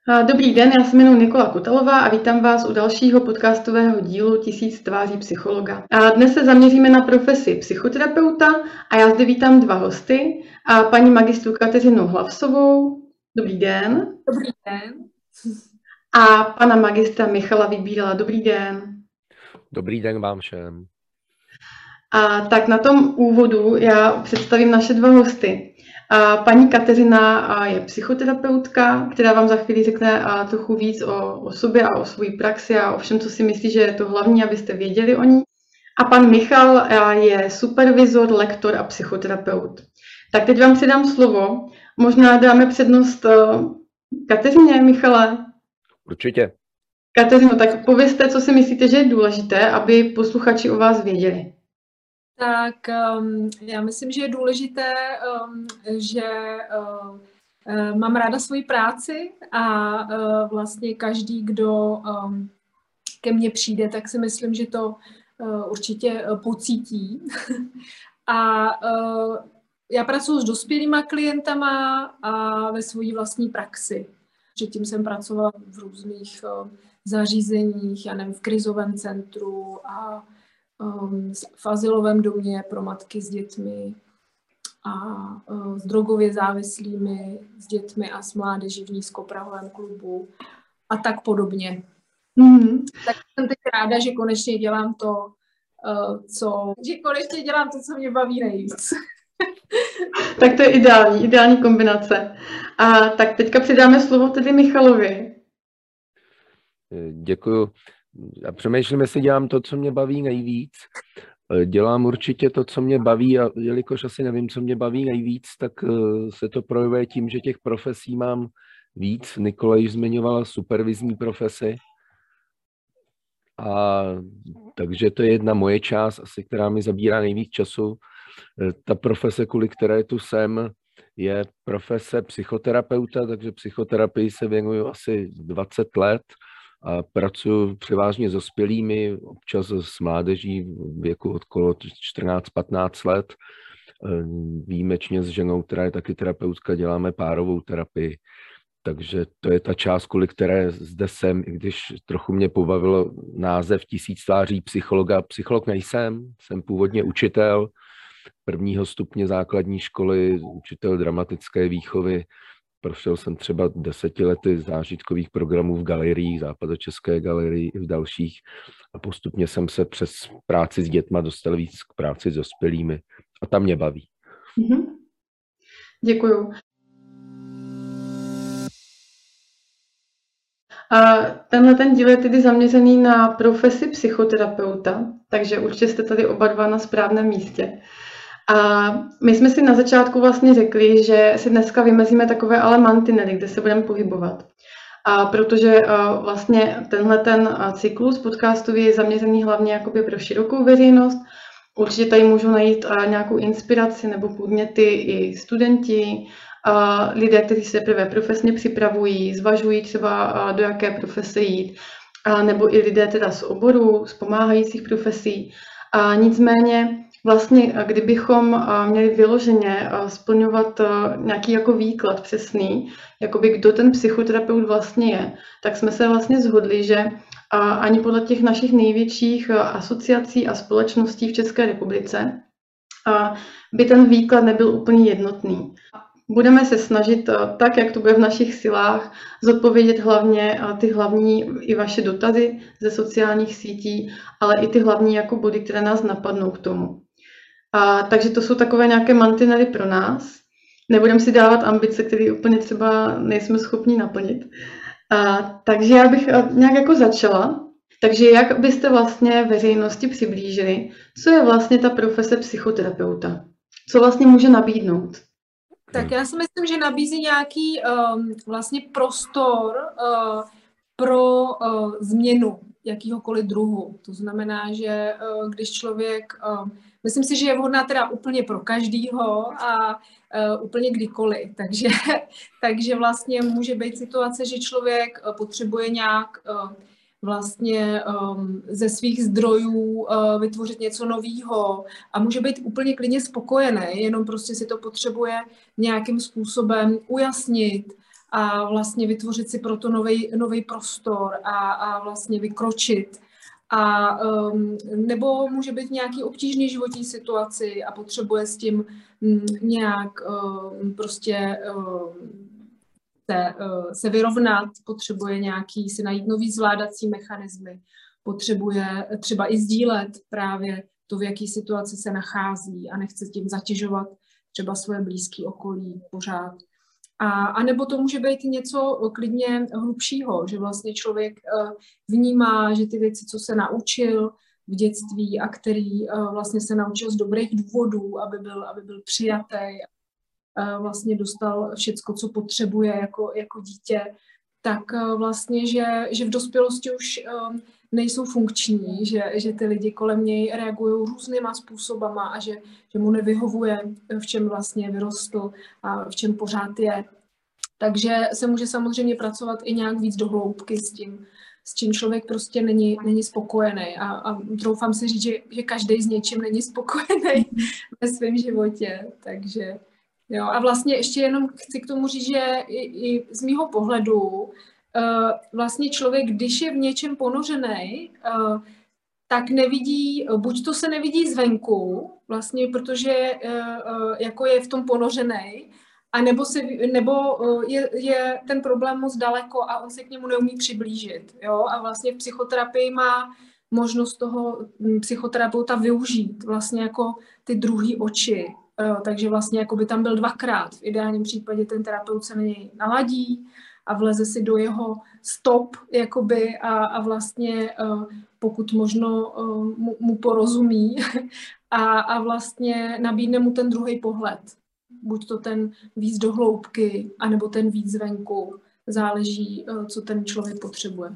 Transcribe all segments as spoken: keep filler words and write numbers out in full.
Dobrý den, já se jmenuji Nikola Kutalová a vítám vás u dalšího podcastového dílu Tisíc tváří psychologa. A dnes se zaměříme na profesi psychoterapeuta a já zde vítám dva hosty, a paní magistru Kateřinu Hlavsovou. Dobrý den. Dobrý den. A pana magistra Michala Vybírala. Dobrý den. Dobrý den vám všem. A tak na tom úvodu já představím naše dva hosty. A paní Kateřina je psychoterapeutka, která vám za chvíli řekne trochu víc o, o sobě a o své praxi a o všem, co si myslí, že je to hlavní, abyste věděli o ní. A pan Michal je supervizor, lektor a psychoterapeut. Tak teď vám předám slovo. Možná dáme přednost Kateřině, Michale. Určitě. Kateřino, tak povězte, co si myslíte, že je důležité, aby posluchači o vás věděli. Tak um, já myslím, že je důležité, um, že um, mám ráda svoji práci a uh, vlastně každý, kdo um, ke mně přijde, tak si myslím, že to uh, určitě uh, pocítí. A uh, já pracuji s dospělýma klientama a ve své vlastní praxi. Předtím jsem pracovala v různých uh, zařízeních, já nevím, v krizovém centru a um, v azylovém domě pro matky s dětmi a uh, s drogově závislými, s dětmi a s mládeží v nízkoprahovém klubu a tak podobně. Mm-hmm. Tak jsem teď ráda, že konečně dělám to, uh, co, že konečně dělám to, co mě baví nejvíc. Tak to je ideální, ideální kombinace. A tak teďka předáme slovo tedy Michalovi. Děkuju. Já přemýšlím, jestli dělám to, co mě baví nejvíc. Dělám určitě to, co mě baví, a jelikož asi nevím, co mě baví nejvíc, tak se to projevuje tím, že těch profesí mám víc. Nikola již zmiňovala supervizní profesi. A takže to je jedna moje část, asi, která mi zabírá nejvíc času. Ta profese, kvůli které tu jsem, je profese psychoterapeuta, takže psychoterapii se věnuju asi dvacet let a pracuji převážně s dospělými, občas s mládeží v věku okolo čtrnáct patnáct let. Výjimečně s ženou, která je taky terapeutka, děláme párovou terapii. Takže to je ta část, kvůli které zde jsem, i když trochu mě pobavilo název Tisíc tváří psychologa. Psycholog nejsem, jsem původně učitel prvního stupně základní školy, učitel dramatické výchovy. Prošel jsem třeba deseti lety zážitkových programů v galeriích, Západočeské galerii i v dalších. A postupně jsem se přes práci s dětma dostal víc k práci s dospělými. A tam mě baví. Mm-hmm. Děkuju. A tenhle ten díl je tedy zaměřený na profesi psychoterapeuta, takže určitě jste tady oba dva na správném místě. A my jsme si na začátku vlastně řekli, že si dneska vymezíme takové ale mantinely, kde se budeme pohybovat. A protože vlastně tenhle ten cyklus podcastový je zaměřený hlavně jakoby pro širokou veřejnost, určitě tady můžou najít nějakou inspiraci nebo podněty i studenti, lidé, kteří se teprve profesně připravují, zvažují třeba do jaké profese jít, nebo i lidé teda z oboru, z pomáhajících profesí. A nicméně vlastně, kdybychom měli vyloženě splňovat nějaký jako výklad přesný, jakoby kdo ten psychoterapeut vlastně je, tak jsme se vlastně shodli, že ani podle těch našich největších asociací a společností v České republice by ten výklad nebyl úplně jednotný. Budeme se snažit tak, jak to bude v našich silách, zodpovědět hlavně ty hlavní i vaše dotazy ze sociálních sítí, ale i ty hlavní jako body, které nás napadnou k tomu. A, takže to jsou takové nějaké mantinely pro nás. Nebudeme si dávat ambice, které úplně třeba nejsme schopni naplnit. A, takže já bych nějak jako začala. Takže jak byste vlastně veřejnosti přiblížili, co je vlastně ta profese psychoterapeuta? Co vlastně může nabídnout? Tak já si myslím, že nabízí nějaký um, vlastně prostor uh, pro uh, změnu jakýhokoliv druhu. To znamená, že uh, když člověk, uh, myslím si, že je vhodná teda úplně pro každýho a uh, úplně kdykoliv. Takže, takže vlastně může být situace, že člověk uh, potřebuje nějak uh, vlastně um, ze svých zdrojů uh, vytvořit něco nového a může být úplně klidně spokojený, jenom prostě si to potřebuje nějakým způsobem ujasnit a vlastně vytvořit si proto nový prostor a, a vlastně vykročit. A, um, nebo může být v nějaký obtížný životní situaci a potřebuje s tím um, nějak um, prostě um, se, uh, se vyrovnat, potřebuje nějaký si najít nový zvládací mechanismy, potřebuje třeba i sdílet právě to, v jaký situaci se nachází a nechce tím zatěžovat třeba svoje blízké okolí pořád. A, a nebo to může být něco klidně hlubšího, že vlastně člověk uh, vnímá, že ty věci, co se naučil v dětství a který uh, vlastně se naučil z dobrých důvodů, aby byl, aby byl přijatý, uh, vlastně dostal všecko, co potřebuje jako, jako dítě, tak uh, vlastně, že, že v dospělosti už uh, nejsou funkční, že, že ty lidi kolem něj reagují různýma způsobama a že, že mu nevyhovuje, v čem vlastně vyrostl a v čem pořád je. Takže se může samozřejmě pracovat i nějak víc do hloubky s tím, s čím člověk prostě není, není spokojený. A, a troufám si říct, že, že každý s něčím není spokojený ve svém životě. Takže jo. A vlastně ještě jenom chci k tomu říct, že i, i z mýho pohledu Uh, vlastně člověk, když je v něčem ponořený, uh, tak nevidí, buď to se nevidí zvenku, vlastně, protože uh, uh, jako je v tom ponořený, a nebo, se, nebo uh, je, je ten problém moc daleko a on se k němu neumí přiblížit. Jo? A vlastně v psychoterapii má možnost toho psychoterapeuta využít vlastně jako ty druhý oči. Uh, takže vlastně jako by tam byl dvakrát. V ideálním případě ten terapeut se na něj naladí a vleze si do jeho stop, jakoby, a, a vlastně uh, pokud možno uh, mu, mu porozumí a, a vlastně nabídne mu ten druhý pohled. Buď to ten víc do hloubky, anebo ten víc zvenku. Záleží, uh, co ten člověk potřebuje.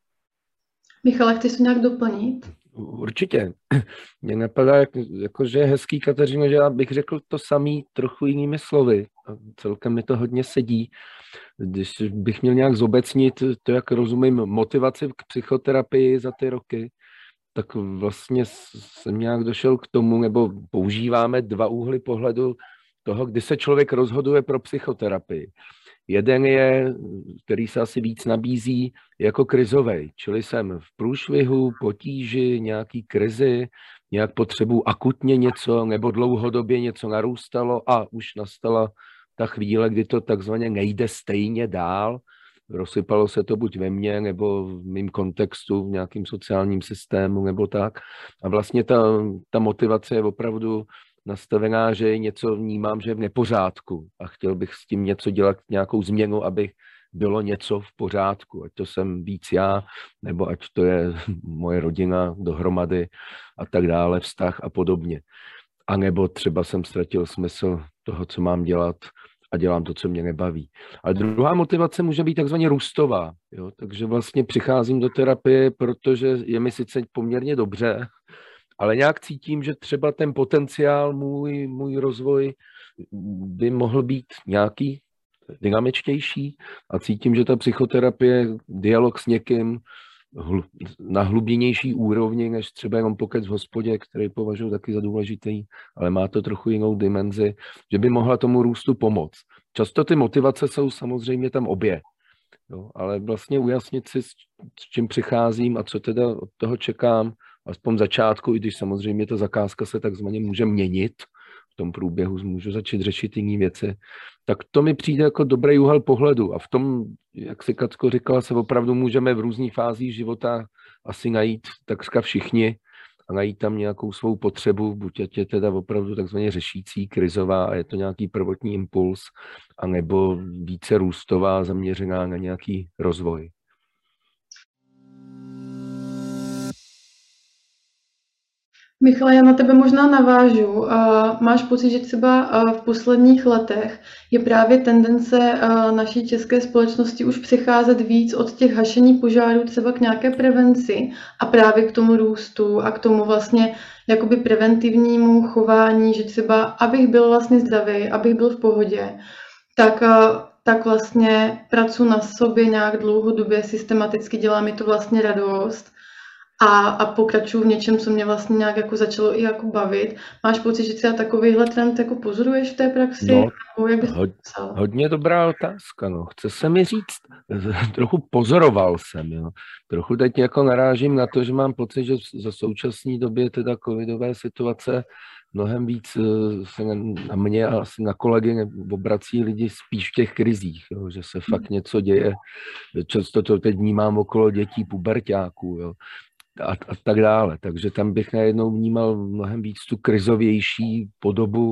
Michale, chceš to nějak doplnit? Určitě. Mě napadá, jak, jako, že je hezký, Kateřino, že já bych řekl to samý trochu jinými slovy. A celkem mi to hodně sedí. Když bych měl nějak zobecnit to, jak rozumím motivaci k psychoterapii za ty roky, tak vlastně jsem nějak došel k tomu, nebo používáme dva úhly pohledu toho, kdy se člověk rozhoduje pro psychoterapii. Jeden je, který se asi víc nabízí, jako krizovej, čili jsem v průšvihu, potíži, nějaký krizi, nějak potřebuji akutně něco, nebo dlouhodobě něco narůstalo a už nastala ta chvíle, kdy to takzvaně nejde stejně dál, rozsypalo se to buď ve mně, nebo v mém kontextu, v nějakém sociálním systému, nebo tak. A vlastně ta, ta motivace je opravdu nastavená, že něco vnímám, že je v nepořádku a chtěl bych s tím něco dělat, nějakou změnu, aby bylo něco v pořádku, ať to jsem víc já, nebo ať to je moje rodina dohromady a tak dále, vztah a podobně. A nebo třeba jsem ztratil smysl toho, co mám dělat a dělám to, co mě nebaví. Ale druhá motivace může být takzvaně růstová. Jo? Takže vlastně přicházím do terapie, protože je mi sice poměrně dobře, ale nějak cítím, že třeba ten potenciál, můj, můj rozvoj by mohl být nějaký dynamičtější a cítím, že ta psychoterapie, dialog s někým na hlubější úrovni, než třeba jenom pokec v hospodě, který považuji taky za důležitý, ale má to trochu jinou dimenzi, že by mohla tomu růstu pomoct. Často ty motivace jsou samozřejmě tam obě, jo, ale vlastně ujasnit si, s čím přicházím a co teda od toho čekám, aspoň začátku, i když samozřejmě ta zakázka se takzvaně může měnit, v tom průběhu můžu začít řešit jiné věci, tak to mi přijde jako dobrý úhel pohledu. A v tom, jak si Katko říkala, se opravdu můžeme v různých fázích života asi najít takřka všichni a najít tam nějakou svou potřebu, buď je teda opravdu takzvaně řešící, krizová a je to nějaký prvotní impuls, anebo více růstová, zaměřená na nějaký rozvoj. Michale, já na tebe možná navážu. Uh, máš pocit, že třeba uh, v posledních letech je právě tendence uh, naší české společnosti už přecházet víc od těch hašení požárů třeba k nějaké prevenci a právě k tomu růstu a k tomu vlastně jakoby preventivnímu chování, že třeba abych byl vlastně zdravý, abych byl v pohodě, tak, uh, tak vlastně pracuji na sobě nějak dlouhodobě, systematicky, dělá mi to vlastně radost. a, a pokračuju v něčem, co mě vlastně nějak jako začalo i jako bavit. Máš pocit, že třeba takovýhle trend jako pozoruješ v té praxi? No, Nebo jak bys to hod, popsal? hodně dobrá otázka, no. Chce se mi říct, trochu pozoroval jsem, jo. Trochu teď jako narážím na to, že mám pocit, že za současné době teda covidové situace mnohem víc se na mě a asi na kolegy obrací lidi spíš v těch krizích, jo, že se fakt něco děje. Často to teď vnímám okolo dětí, puberťáků, jo, a, a tak dále. Takže tam bych najednou vnímal mnohem víc tu krizovější podobu,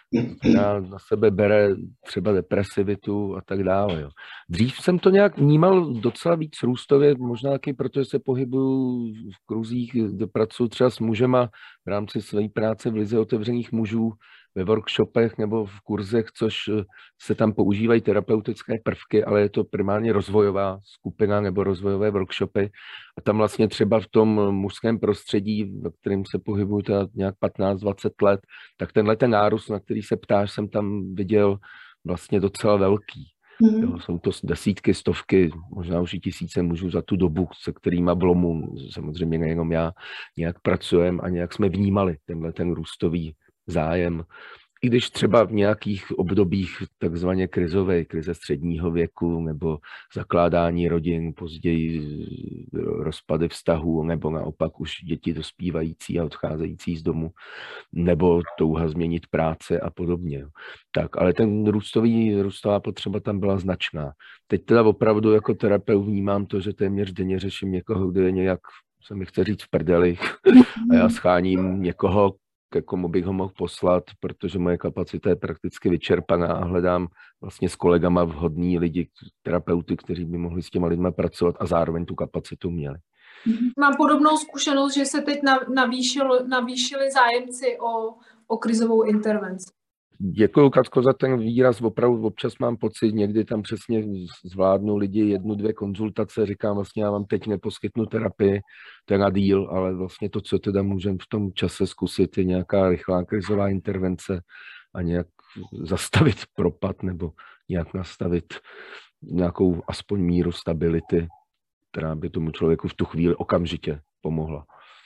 která na sebe bere třeba depresivitu a tak dále. Jo. Dřív jsem to nějak vnímal docela víc růstově, možná taky protože se pohybuju v kruzích, kde pracuji třeba s mužema v rámci své práce v Lize otevřených mužů, ve workshopech nebo v kurzech, což se tam používají terapeutické prvky, ale je to primárně rozvojová skupina nebo rozvojové workshopy. A tam vlastně třeba v tom mužském prostředí, ve kterém se pohybuju teda nějak patnáct dvacet let, tak tenhle ten nárůst, na který se ptáš, jsem tam viděl vlastně docela velký. Mm. Jo, jsou to desítky, stovky, možná už i tisíce mužů za tu dobu, se kterýma v Lomu, samozřejmě nejenom já, nějak pracujeme a nějak jsme vnímali tenhle ten růstový zájem. I když třeba v nějakých obdobích takzvaně krizové, krize středního věku nebo zakládání rodin, později rozpady vztahů, nebo naopak už děti dospívající a odcházející z domu, nebo touha změnit práce a podobně. Tak, ale ten růstový, růstová potřeba tam byla značná. Teď teda opravdu jako terapeut vnímám to, že téměř denně řeším někoho, kdo je nějak, se mi chce říct, v prdeli a já scháním někoho, ke komu bych ho mohl poslat, protože moje kapacita je prakticky vyčerpaná a hledám vlastně s kolegama vhodní lidi, terapeuty, kteří by mohli s těma lidma pracovat a zároveň tu kapacitu měli. Mám podobnou zkušenost, že se teď navýšil, navýšili zájemci o, o krizovou intervenci. Děkuju, Katko, za ten výraz. Opravdu občas mám pocit, někdy tam přesně zvládnu lidi jednu, dvě konzultace, říkám vlastně, já vám teď neposkytnu terapii, to je na díl, ale vlastně to, co teda můžeme v tom čase zkusit, je nějaká rychlá krizová intervence a nějak zastavit propad nebo nějak nastavit nějakou aspoň míru stability, která by tomu člověku v tu chvíli okamžitě pomohla.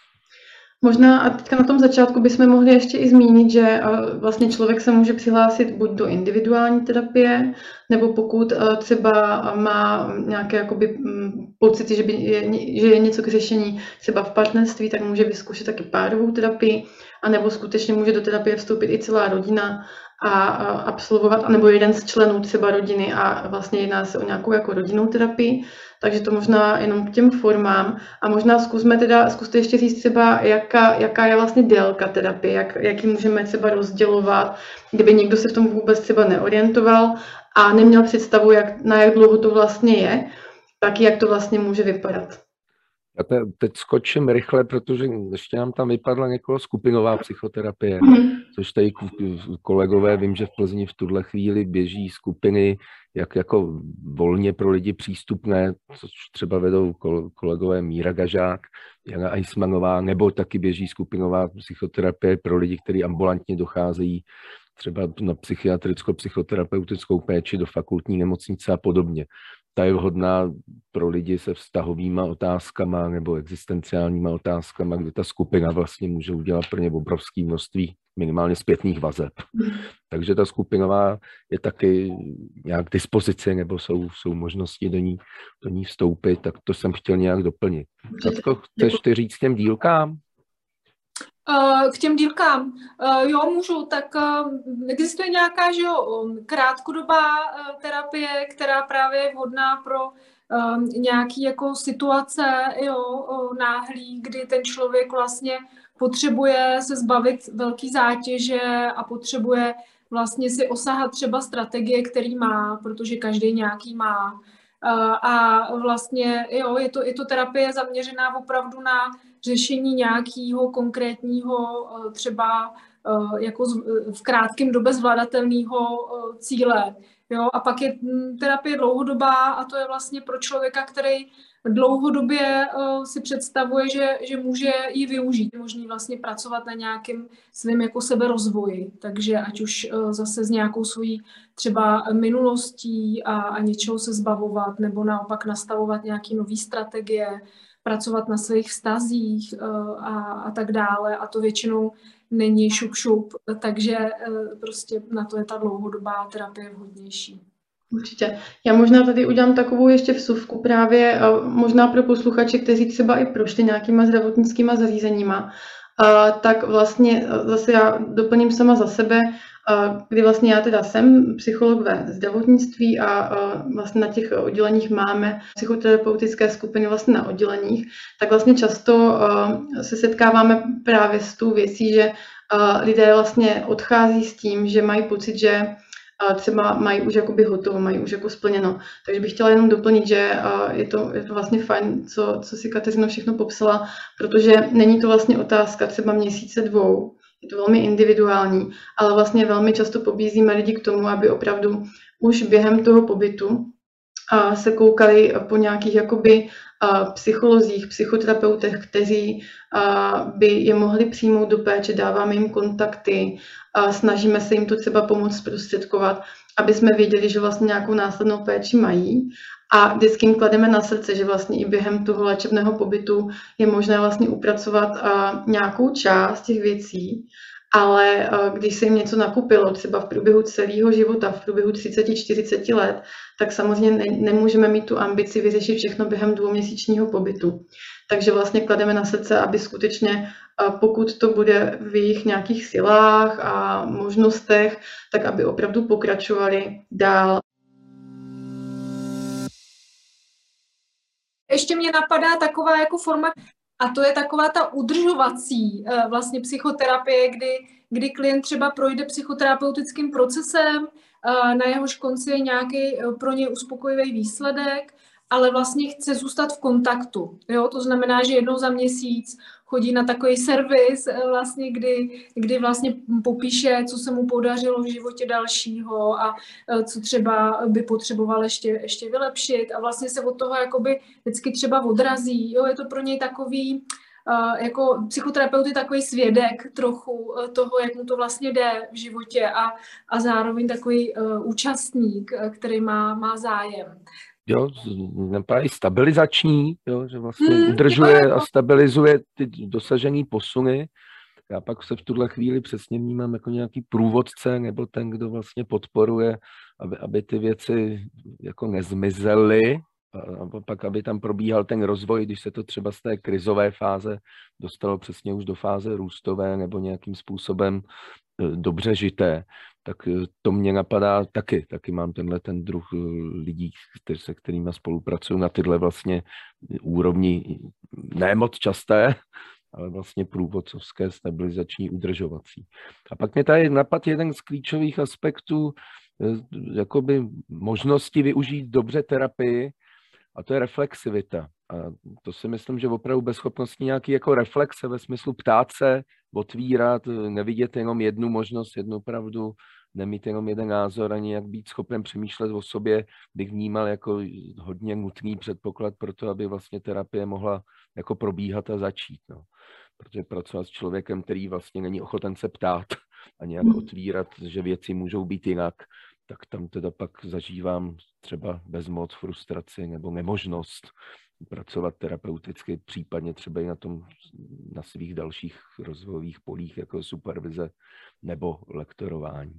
Možná a teďka na tom začátku bychom mohli ještě i zmínit, že vlastně člověk se může přihlásit buď do individuální terapie, nebo pokud třeba má nějaké jakoby pocity, že, by je, že je něco k řešení třeba v partnerství, tak může vyzkoušet taky párovou terapii, anebo skutečně může do terapie vstoupit i celá rodina a absolvovat, anebo jeden z členů třeba rodiny a vlastně jedná se o nějakou jako rodinnou terapii. Takže to možná jenom k těm formám. A možná zkusme teda, zkuste ještě říct třeba, jaká, jaká je vlastně délka terapie, jak, jak ji můžeme třeba rozdělovat, kdyby někdo se v tom vůbec třeba neorientoval a neměl představu, jak, na jak dlouho to vlastně je, tak jak to vlastně může vypadat. Já te, teď skočím rychle, protože ještě nám tam vypadla někoho skupinová psychoterapie, mm. což tady kolegové, vím, že v Plzni v tuhle chvíli běží skupiny, jak jako volně pro lidi přístupné, což třeba vedou kolegové Míra Gažák, Jana Eismanová, nebo taky běží skupinová psychoterapie pro lidi, kteří ambulantně docházejí třeba na psychiatricko-psychoterapeutickou péči do fakultní nemocnice a podobně. Ta je vhodná pro lidi se vztahovýma otázkama nebo existenciálníma otázkama, kde ta skupina vlastně může udělat pro ně obrovské množství minimálně zpětných vazeb. Takže ta skupinová je taky nějak k dispozici nebo jsou, jsou možnosti do ní, do ní vstoupit, tak to jsem chtěl nějak doplnit. Katko, chceš ty říct těm dílkám? K těm dílkám, jo, můžu, tak existuje nějaká, že jo, krátkodobá terapie, která právě je vhodná pro nějaký jako situace, jo, náhlý, kdy ten člověk vlastně potřebuje se zbavit velký zátěže a potřebuje vlastně si osahat třeba strategie, který má, protože každý nějaký má. A vlastně, jo, je to, je to terapie zaměřená opravdu na řešení nějakého konkrétního, třeba jako v krátkém době zvladatelného cíle. Jo? A pak je terapie dlouhodobá a to je vlastně pro člověka, který dlouhodobě si představuje, že, že může ji využít. Je možný vlastně pracovat na nějakém svém jako seberozvoji. Takže ať už zase s nějakou svojí třeba minulostí a, a něčeho se zbavovat, nebo naopak nastavovat nějaké nové strategie, pracovat na svých vztazích a, a tak dále a to většinou není šup šup, takže prostě na to je ta dlouhodobá terapie vhodnější. Určitě. Já možná tady udělám takovou ještě vsuvku právě možná pro posluchače, kteří třeba i prošli nějakýma zdravotnickýma zařízeníma, tak vlastně zase já doplním sama za sebe, kdy vlastně já teda jsem psycholog ve zdravotnictví a vlastně na těch odděleních máme psychoterapeutické skupiny vlastně na odděleních, tak vlastně často se setkáváme právě s tou věcí, že lidé vlastně odchází s tím, že mají pocit, že třeba mají už jakoby hotovo, mají už jako splněno. Takže bych chtěla jenom doplnit, že je to, je to vlastně fajn, co, co si Kateřina všechno popsala, protože není to vlastně otázka třeba měsíce dvou, je to velmi individuální, ale vlastně velmi často pobízíme lidi k tomu, aby opravdu už během toho pobytu se koukali po nějakých jakoby psycholozích, psychoterapeutech, kteří by je mohli přijmout do péče, dáváme jim kontakty, snažíme se jim to třeba pomoct zprostředkovat, aby jsme věděli, že vlastně nějakou následnou péči mají. A vždycky jim klademe na srdce, že vlastně i během toho léčebného pobytu je možné vlastně upracovat nějakou část těch věcí, ale když se jim něco nakupilo třeba v průběhu celého života, v průběhu třicet čtyřicet let, tak samozřejmě ne, nemůžeme mít tu ambici vyřešit všechno během dvouměsíčního pobytu. Takže vlastně klademe na srdce, aby skutečně, pokud to bude v jejich nějakých silách a možnostech, tak aby opravdu pokračovali dál. Ještě mě napadá taková jako forma, a to je taková ta udržovací vlastně psychoterapie, kdy, kdy klient třeba projde psychoterapeutickým procesem, na jehož konci je nějaký pro něj uspokojivý výsledek, ale vlastně chce zůstat v kontaktu. Jo? To znamená, že jednou za měsíc chodí na takový servis, vlastně, kdy, kdy vlastně popíše, co se mu podařilo v životě dalšího a co třeba by potřeboval ještě, ještě vylepšit a vlastně se od toho jakoby vždycky třeba odrazí. Jo? Je to pro něj takový, jako psychoterapeut je takový svědek trochu toho, jak mu to vlastně jde v životě a, a zároveň takový uh, účastník, který má, má zájem. Jo, napadá i stabilizační, jo, že vlastně hmm, udržuje a stabilizuje ty dosažené posuny. Já pak se v tuhle chvíli přesně vnímám jako nějaký průvodce nebo ten, kdo vlastně podporuje, aby, aby ty věci jako nezmizely, a pak aby tam probíhal ten rozvoj, když se to třeba z té krizové fáze dostalo přesně už do fáze růstové nebo nějakým způsobem dobře žité, tak to mě napadá taky. Taky mám tenhle ten druh lidí, se kterými spolupracuju na tyhle vlastně úrovni, ne moc časté, ale vlastně průvodcovské, stabilizační, udržovací. A pak mě tady napadl jeden z klíčových aspektů jakoby možnosti využít dobře terapii, a to je reflexivita. A to si myslím, že opravdu bez schopnosti nějaký jako reflexe ve smyslu ptát se, otvírat, nevidět jenom jednu možnost, jednu pravdu, nemít jenom jeden názor, ani jak být schopen přemýšlet o sobě, bych vnímal jako hodně nutný předpoklad pro to, aby vlastně terapie mohla jako probíhat a začít. No. Protože pracovat s člověkem, který vlastně není ochoten se ptát a nějak otvírat, že věci můžou být jinak, tak tam teda pak zažívám třeba bezmoc, frustraci nebo nemožnost pracovat terapeuticky, případně třeba i na tom, na svých dalších rozvojových polích, jako supervize nebo lektorování.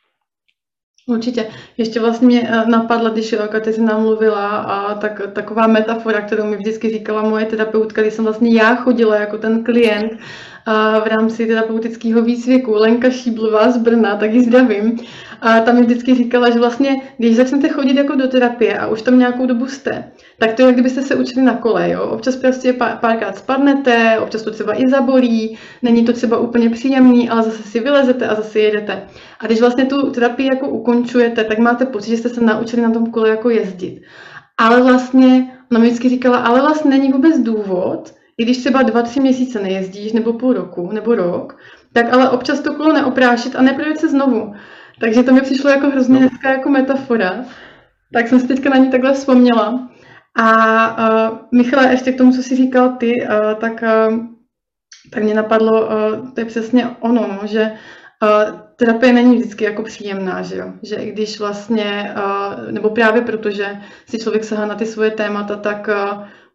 Určitě. Ještě vlastně mě napadla, když Kateřina mluvila, a tak, taková metafora, kterou mi vždycky říkala moje terapeutka, když jsem vlastně já chodila jako ten klient a v rámci terapeutického výcviku, Lenka Šíblová z Brna, tak ji zdravím. A tam mi vždycky říkala, že vlastně, když začnete chodit jako do terapie a už tam nějakou dobu jste, tak to je, jak kdybyste se učili na kole, jo? Občas prostě pár, párkrát spadnete, občas to třeba i zabolí, není to třeba úplně příjemný, ale zase si vylezete a zase jedete. A když vlastně tu terapii jako ukončujete, tak máte pocit, že jste se naučili na tom kole jako jezdit. Ale vlastně, ona mi vždycky říkala, ale vlastně není vůbec důvod, i když třeba dva, tři měsíce nejezdíš, nebo půl roku, nebo rok, tak ale občas to kolo neoprášit a neprojet se znovu. Takže to mi přišlo jako hrozně hezká jako metafora. Tak jsem si teďka na ní takhle vzpomněla. A uh, Michale, ještě k tomu, co jsi říkal ty, uh, tak, uh, tak mě napadlo, uh, to je přesně ono, no, že uh, terapie není vždycky jako příjemná, že jo? Že i když vlastně, uh, nebo právě proto, že si člověk sahá na ty svoje témata, tak uh,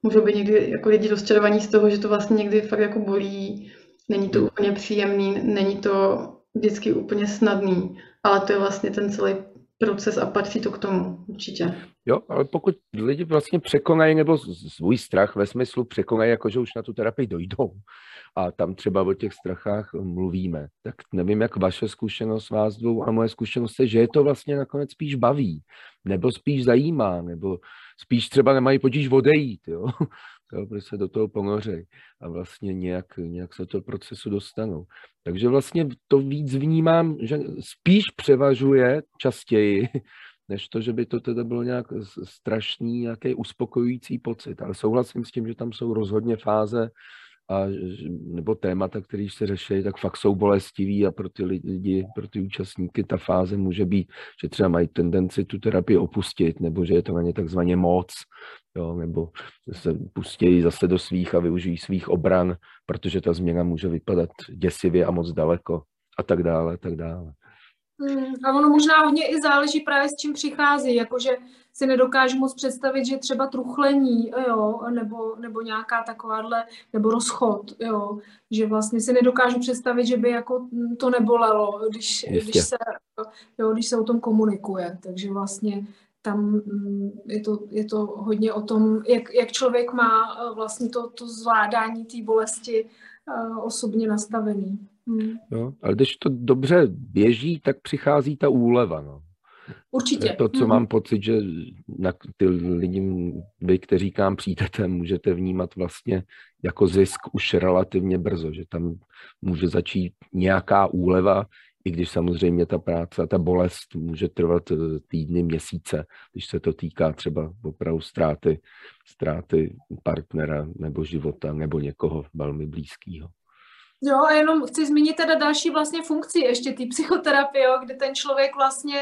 můžou být někdy jako lidi rozčarovaní z toho, že to vlastně někdy fakt jako bolí, není to úplně příjemný, není to vždycky úplně snadný, ale to je vlastně ten celý proces a patří to k tomu určitě. Jo, ale pokud lidi vlastně překonají nebo svůj strach ve smyslu překonají, jakože už na tu terapii dojdou a tam třeba o těch strachách mluvíme, tak nevím, jak vaše zkušenost vás dvou a moje zkušenost je, že je to vlastně nakonec spíš baví, nebo spíš zajímá, nebo spíš třeba nemají potíž odejít, jo, jo, protože se do toho ponoří a vlastně nějak, nějak se do toho procesu dostanou. Takže vlastně to víc vnímám, že spíš převažuje častěji, než to, že by to teda bylo nějak strašný, nějaký uspokojující pocit. Ale souhlasím s tím, že tam jsou rozhodně fáze a, nebo témata, které se řeší, tak fakt jsou bolestivý a pro ty lidi, pro ty účastníky ta fáze může být, že třeba mají tendenci tu terapii opustit, nebo že je to na ně takzvaně moc, jo, nebo se pustí zase do svých a využijí svých obran, protože ta změna může vypadat děsivě a moc daleko a tak dále, a tak dále. Hmm, a ono možná hodně i záleží právě s čím přichází, jakože si nedokážu moc představit, že třeba truchlení, jo, nebo, nebo nějaká takováhle, nebo rozchod, jo, že vlastně si nedokážu představit, že by jako to nebolelo, když, když, se, jo, když se o tom komunikuje, takže vlastně tam je to, je to hodně o tom, jak, jak člověk má vlastně to, to zvládání té bolesti uh, osobně nastavený. Hmm. Jo, ale když to dobře běží, tak přichází ta úleva. No. Určitě. To, co hmm. mám pocit, že na ty lidi, vy, kteří k nám přijdete, můžete vnímat vlastně jako zisk už relativně brzo, že tam může začít nějaká úleva, i když samozřejmě ta práce a ta bolest může trvat týdny, měsíce, když se to týká třeba opravdu ztráty, ztráty partnera nebo života nebo někoho velmi blízkého. Jo, a jenom chci zmínit teda další vlastně funkci ještě té psychoterapie, jo, kde ten člověk vlastně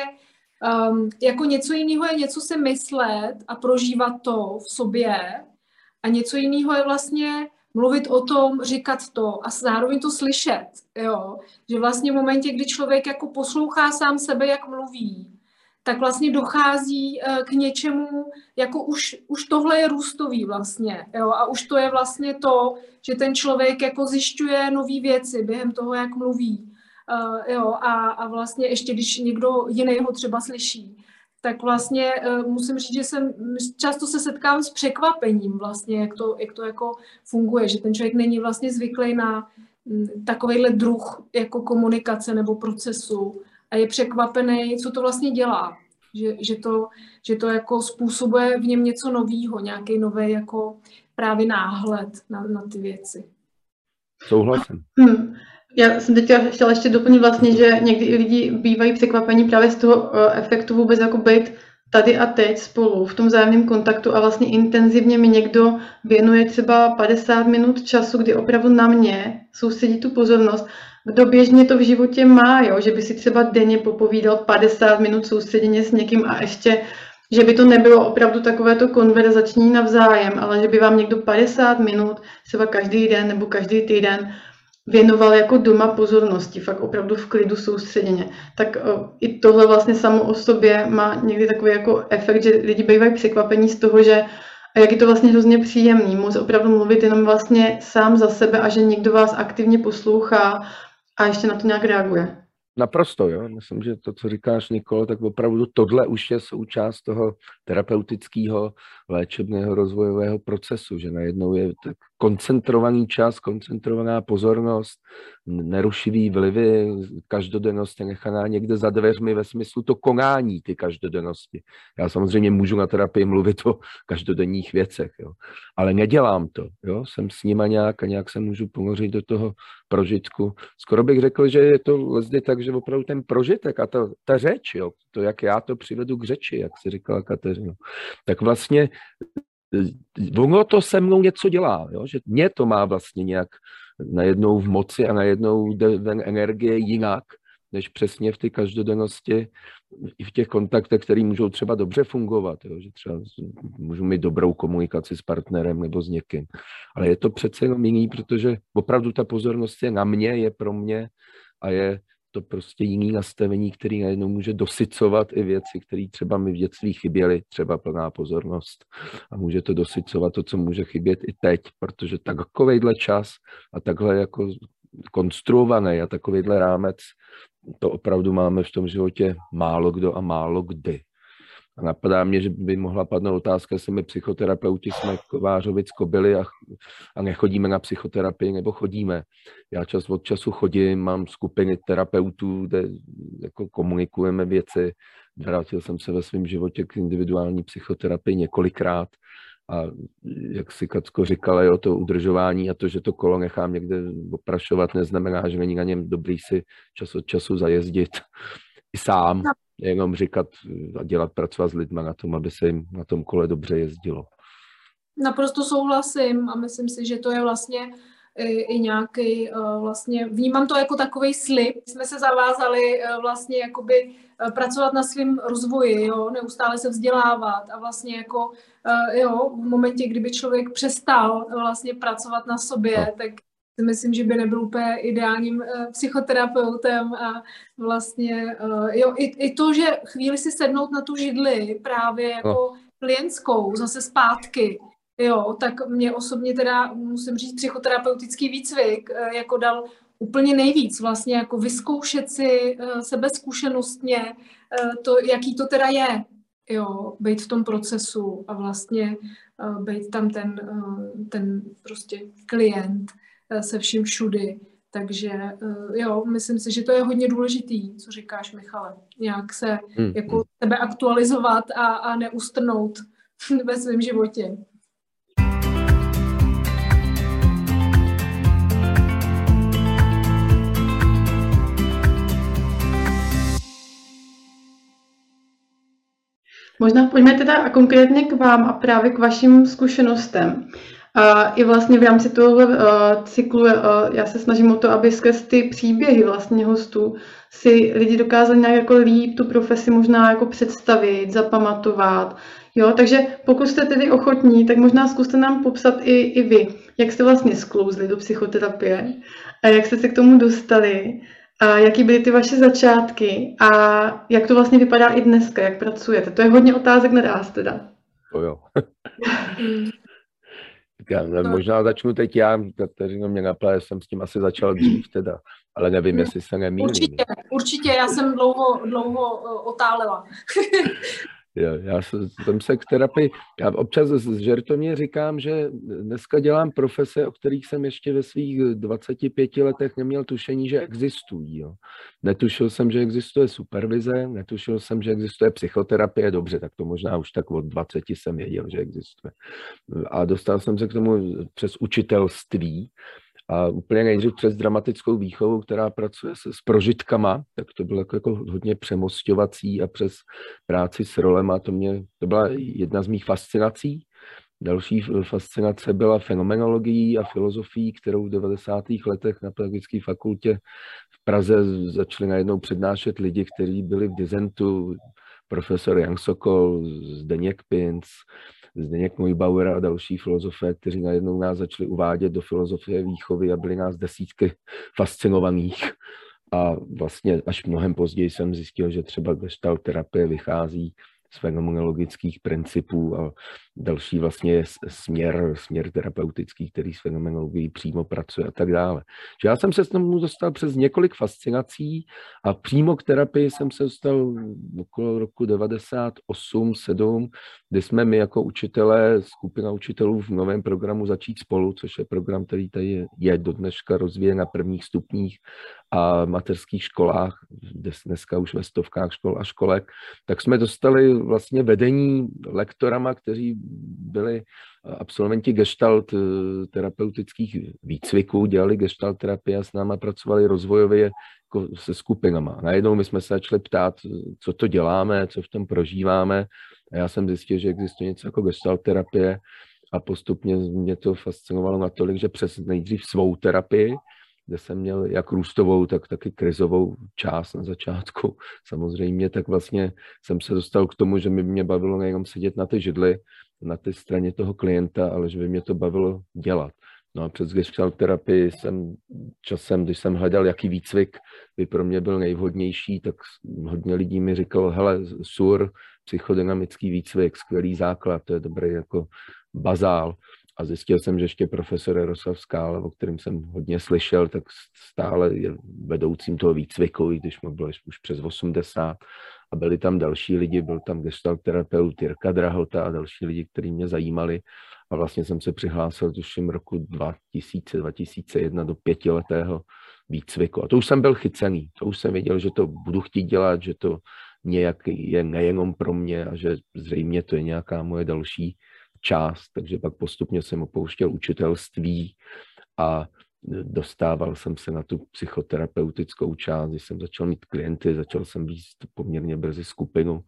um, jako něco jiného je něco si myslet a prožívat to v sobě a něco jiného je vlastně mluvit o tom, říkat to a zároveň to slyšet, jo, že vlastně v momentě, kdy člověk jako poslouchá sám sebe, jak mluví, tak vlastně dochází k něčemu, jako už, už tohle je růstový vlastně, jo, a už to je vlastně to, že ten člověk jako zjišťuje nový věci během toho, jak mluví, uh, jo, a, a vlastně ještě, když někdo jiný ho třeba slyší, tak vlastně uh, musím říct, že jsem, často se setkám s překvapením vlastně, jak to, jak to jako funguje, že ten člověk není vlastně zvyklý na m, takovejhle druh jako komunikace nebo procesu, a je překvapený, co to vlastně dělá. Že, že, to, že to jako způsobuje v něm něco novýho, nějaký nový jako právě náhled na, na ty věci. Souhlasím. Hmm. Já jsem teď chtěla ještě doplnit vlastně, že někdy lidi bývají překvapení právě z toho efektu vůbec jako být tady a teď spolu v tom vzájemném kontaktu a vlastně intenzivně mi někdo věnuje třeba padesát minut času, kdy opravdu na mě soustředí tu pozornost. Kdo běžně to v životě má, jo? Že by si třeba denně popovídal padesát minut soustředěně s někým a ještě, že by to nebylo opravdu takovéto konverzační navzájem, ale že by vám někdo padesát minut, třeba každý den nebo každý týden věnoval jako doma pozornosti, fakt opravdu v klidu soustředěně. Tak o, i tohle vlastně samo o sobě má někdy takový jako efekt, že lidi bývají překvapení z toho, že a jak je to vlastně hrozně příjemný, moc opravdu mluvit jenom vlastně sám za sebe a že někdo vás aktivně poslouchá a ještě na to nějak reaguje. Naprosto, jo. Myslím, že to, co říkáš, Nikolo, tak opravdu tohle už je součást toho terapeutického léčebného rozvojového procesu, že najednou je tak koncentrovaný čas, koncentrovaná pozornost, nerušivý vlivy, každodennost je nechaná někde za dveřmi ve smyslu to konání ty každodennosti. Já samozřejmě můžu na terapii mluvit o každodenních věcech, jo. Ale nedělám to, jo. Jsem s nima nějak a nějak se můžu ponořit do toho prožitku. Skoro bych řekl, že je to lezdy tak, že opravdu ten prožitek a ta, ta řeč, jo, to, jak já to přivedu k řeči, jak si říkala Kateřina, tak vlastně ono to se mnou něco dělá, jo? Že mě to má vlastně nějak najednou v moci a najednou jde ven energie jinak, než přesně v ty každodennosti, i v těch kontaktech, které můžou třeba dobře fungovat, jo? Že třeba můžu mít dobrou komunikaci s partnerem nebo s někým. Ale je to přece jenom jiný, protože opravdu ta pozornost je na mě, je pro mě a je to prostě jiný nastavení, který najednou může dosycovat i věci, které třeba mi v dětství chyběly, třeba plná pozornost. A může to dosycovat to, co může chybět i teď, protože takovejhle čas a takhle jako konstruovaný a takovýhle rámec, to opravdu máme v tom životě málo kdo a málo kdy. A napadá mě, že by mohla padnout otázka, jestli my psychoterapeuti jsme kovářovic kobily a, a nechodíme na psychoterapii, nebo chodíme. Já čas od času chodím, mám skupiny terapeutů, kde jako komunikujeme věci. Vrátil jsem se ve svém životě k individuální psychoterapii několikrát. A jak si Kacko říkala, jo, to udržování a to, že to kolo nechám někde oprašovat, neznamená, že není na něm dobrý si čas od času zajezdit i sám. Jenom říkat a dělat, pracovat s lidma na tom, aby se jim na tom kole dobře jezdilo. Naprosto souhlasím a myslím si, že to je vlastně i, i nějaký, vlastně, vnímám to jako takovej slib. Jsme se zavázali vlastně jakoby pracovat na svém rozvoji, jo, neustále se vzdělávat a vlastně jako, jo, v momentě, kdyby člověk přestal vlastně pracovat na sobě, no. tak si myslím, že by nebyl úplně ideálním uh, psychoterapeutem a vlastně, uh, jo, i, i to, že chvíli si sednout na tu židli právě jako no. klientskou, zase zpátky, jo, tak mě osobně teda, musím říct, psychoterapeutický výcvik uh, jako dal úplně nejvíc, vlastně jako vyzkoušet si uh, sebezkušenostně uh, to, jaký to teda je, jo, být v tom procesu a vlastně uh, být tam ten, uh, ten prostě klient se vším všudy. Takže jo, myslím si, že to je hodně důležitý, co říkáš, Michale. Nějak se hmm. jako sebe aktualizovat a, a neustrnout ve svém životě. Možná pojďme teda konkrétně k vám a právě k vašim zkušenostem. A i vlastně v rámci tohohle uh, cyklu uh, já se snažím o to, aby skrz ty příběhy vlastně hostů si lidi dokázali nějak jako líp tu profesi možná jako představit, zapamatovat. Jo? Takže pokud jste tedy ochotní, tak možná zkuste nám popsat i, i vy, jak jste vlastně sklouzli do psychoterapie a jak jste se k tomu dostali a jaký byly ty vaše začátky a jak to vlastně vypadá i dneska, jak pracujete. To je hodně otázek naráz teda. To jo. Já, možná začnu teď já, Kateřino mě napadá, jsem s tím asi začal dřív teda, ale nevím, jestli se nemýlím. Určitě, určitě, já jsem dlouho, dlouho otálela. Jo, já jsem se k terapii, já občas žertovně říkám, že dneska dělám profese, o kterých jsem ještě ve svých dvaceti pěti letech neměl tušení, že existují. Jo. Netušil jsem, že existuje supervize, netušil jsem, že existuje psychoterapie, dobře, tak to možná už tak od dvaceti jsem věděl, že existuje. A dostal jsem se k tomu přes učitelství, a úplně nejdřív přes dramatickou výchovu, která pracuje s, s prožitkama, tak to bylo jako, jako hodně přemosťovací a přes práci s rolema, to, mě, to byla jedna z mých fascinací. Další fascinace byla fenomenologií a filozofií, kterou v devadesátých letech na pedagogické fakultě v Praze začali najednou přednášet lidi, kteří byli v dizentu, profesor Jan Sokol, Zdeněk Pinc, Zdeněk Neubauer a další filozofé, kteří najednou nás začali uvádět do filozofie výchovy a byli nás desítky fascinovaných. A vlastně až mnohem později jsem zjistil, že třeba gestalt terapie vychází z fenomenologických principů a další vlastně je směr, směr terapeutický, který s fenomenologií přímo pracuje a tak dále. Že já jsem se s tomu dostal přes několik fascinací a přímo k terapii jsem se dostal okolo roku devadesát osm sedm, kdy jsme my jako učitelé, skupina učitelů v novém programu Začít spolu, což je program, který tady je do dneška rozvíjen na prvních stupních a mateřských školách, dneska už ve stovkách škol a školek, tak jsme dostali vlastně vedení lektorama, kteří byli absolventi gestalt terapeutických výcviků, dělali gestalt terapie a s náma pracovali rozvojově jako se skupinama. Najednou my jsme se začali ptát, co to děláme, co v tom prožíváme. A já jsem zjistil, že existuje něco jako gestalt terapie a postupně mě to fascinovalo natolik, že přes nejdřív svou terapii, kde jsem měl jak růstovou, tak taky krizovou část na začátku samozřejmě, tak vlastně jsem se dostal k tomu, že mi mě bavilo nejenom sedět na té židli, na té straně toho klienta, ale že by mě to bavilo dělat. No a přes gestalt terapii jsem časem, když jsem hledal, jaký výcvik by pro mě byl nejvhodnější, tak hodně lidí mi říkalo, hele, S U R, psychodynamický výcvik, skvělý základ, to je dobrý jako bazál. A zjistil jsem, že ještě profesor Jaroslav Skála, o kterém jsem hodně slyšel, tak stále je vedoucím toho výcviku, i když mu bylo už přes osmdesát. A byli tam další lidi, byl tam gestalt terapeut Jirka Drahota a další lidi, kteří mě zajímali. A vlastně jsem se přihlásil tuším roku dva tisíce, dva tisíce jedna do pětiletého výcviku. A to už jsem byl chycený, to už jsem věděl, že to budu chtít dělat, že to nějak je nejenom pro mě a že zřejmě to je nějaká moje další část. Takže pak postupně jsem opouštěl učitelství a dostával jsem se na tu psychoterapeutickou část, když jsem začal mít klienty, začal jsem víc poměrně brzy skupinu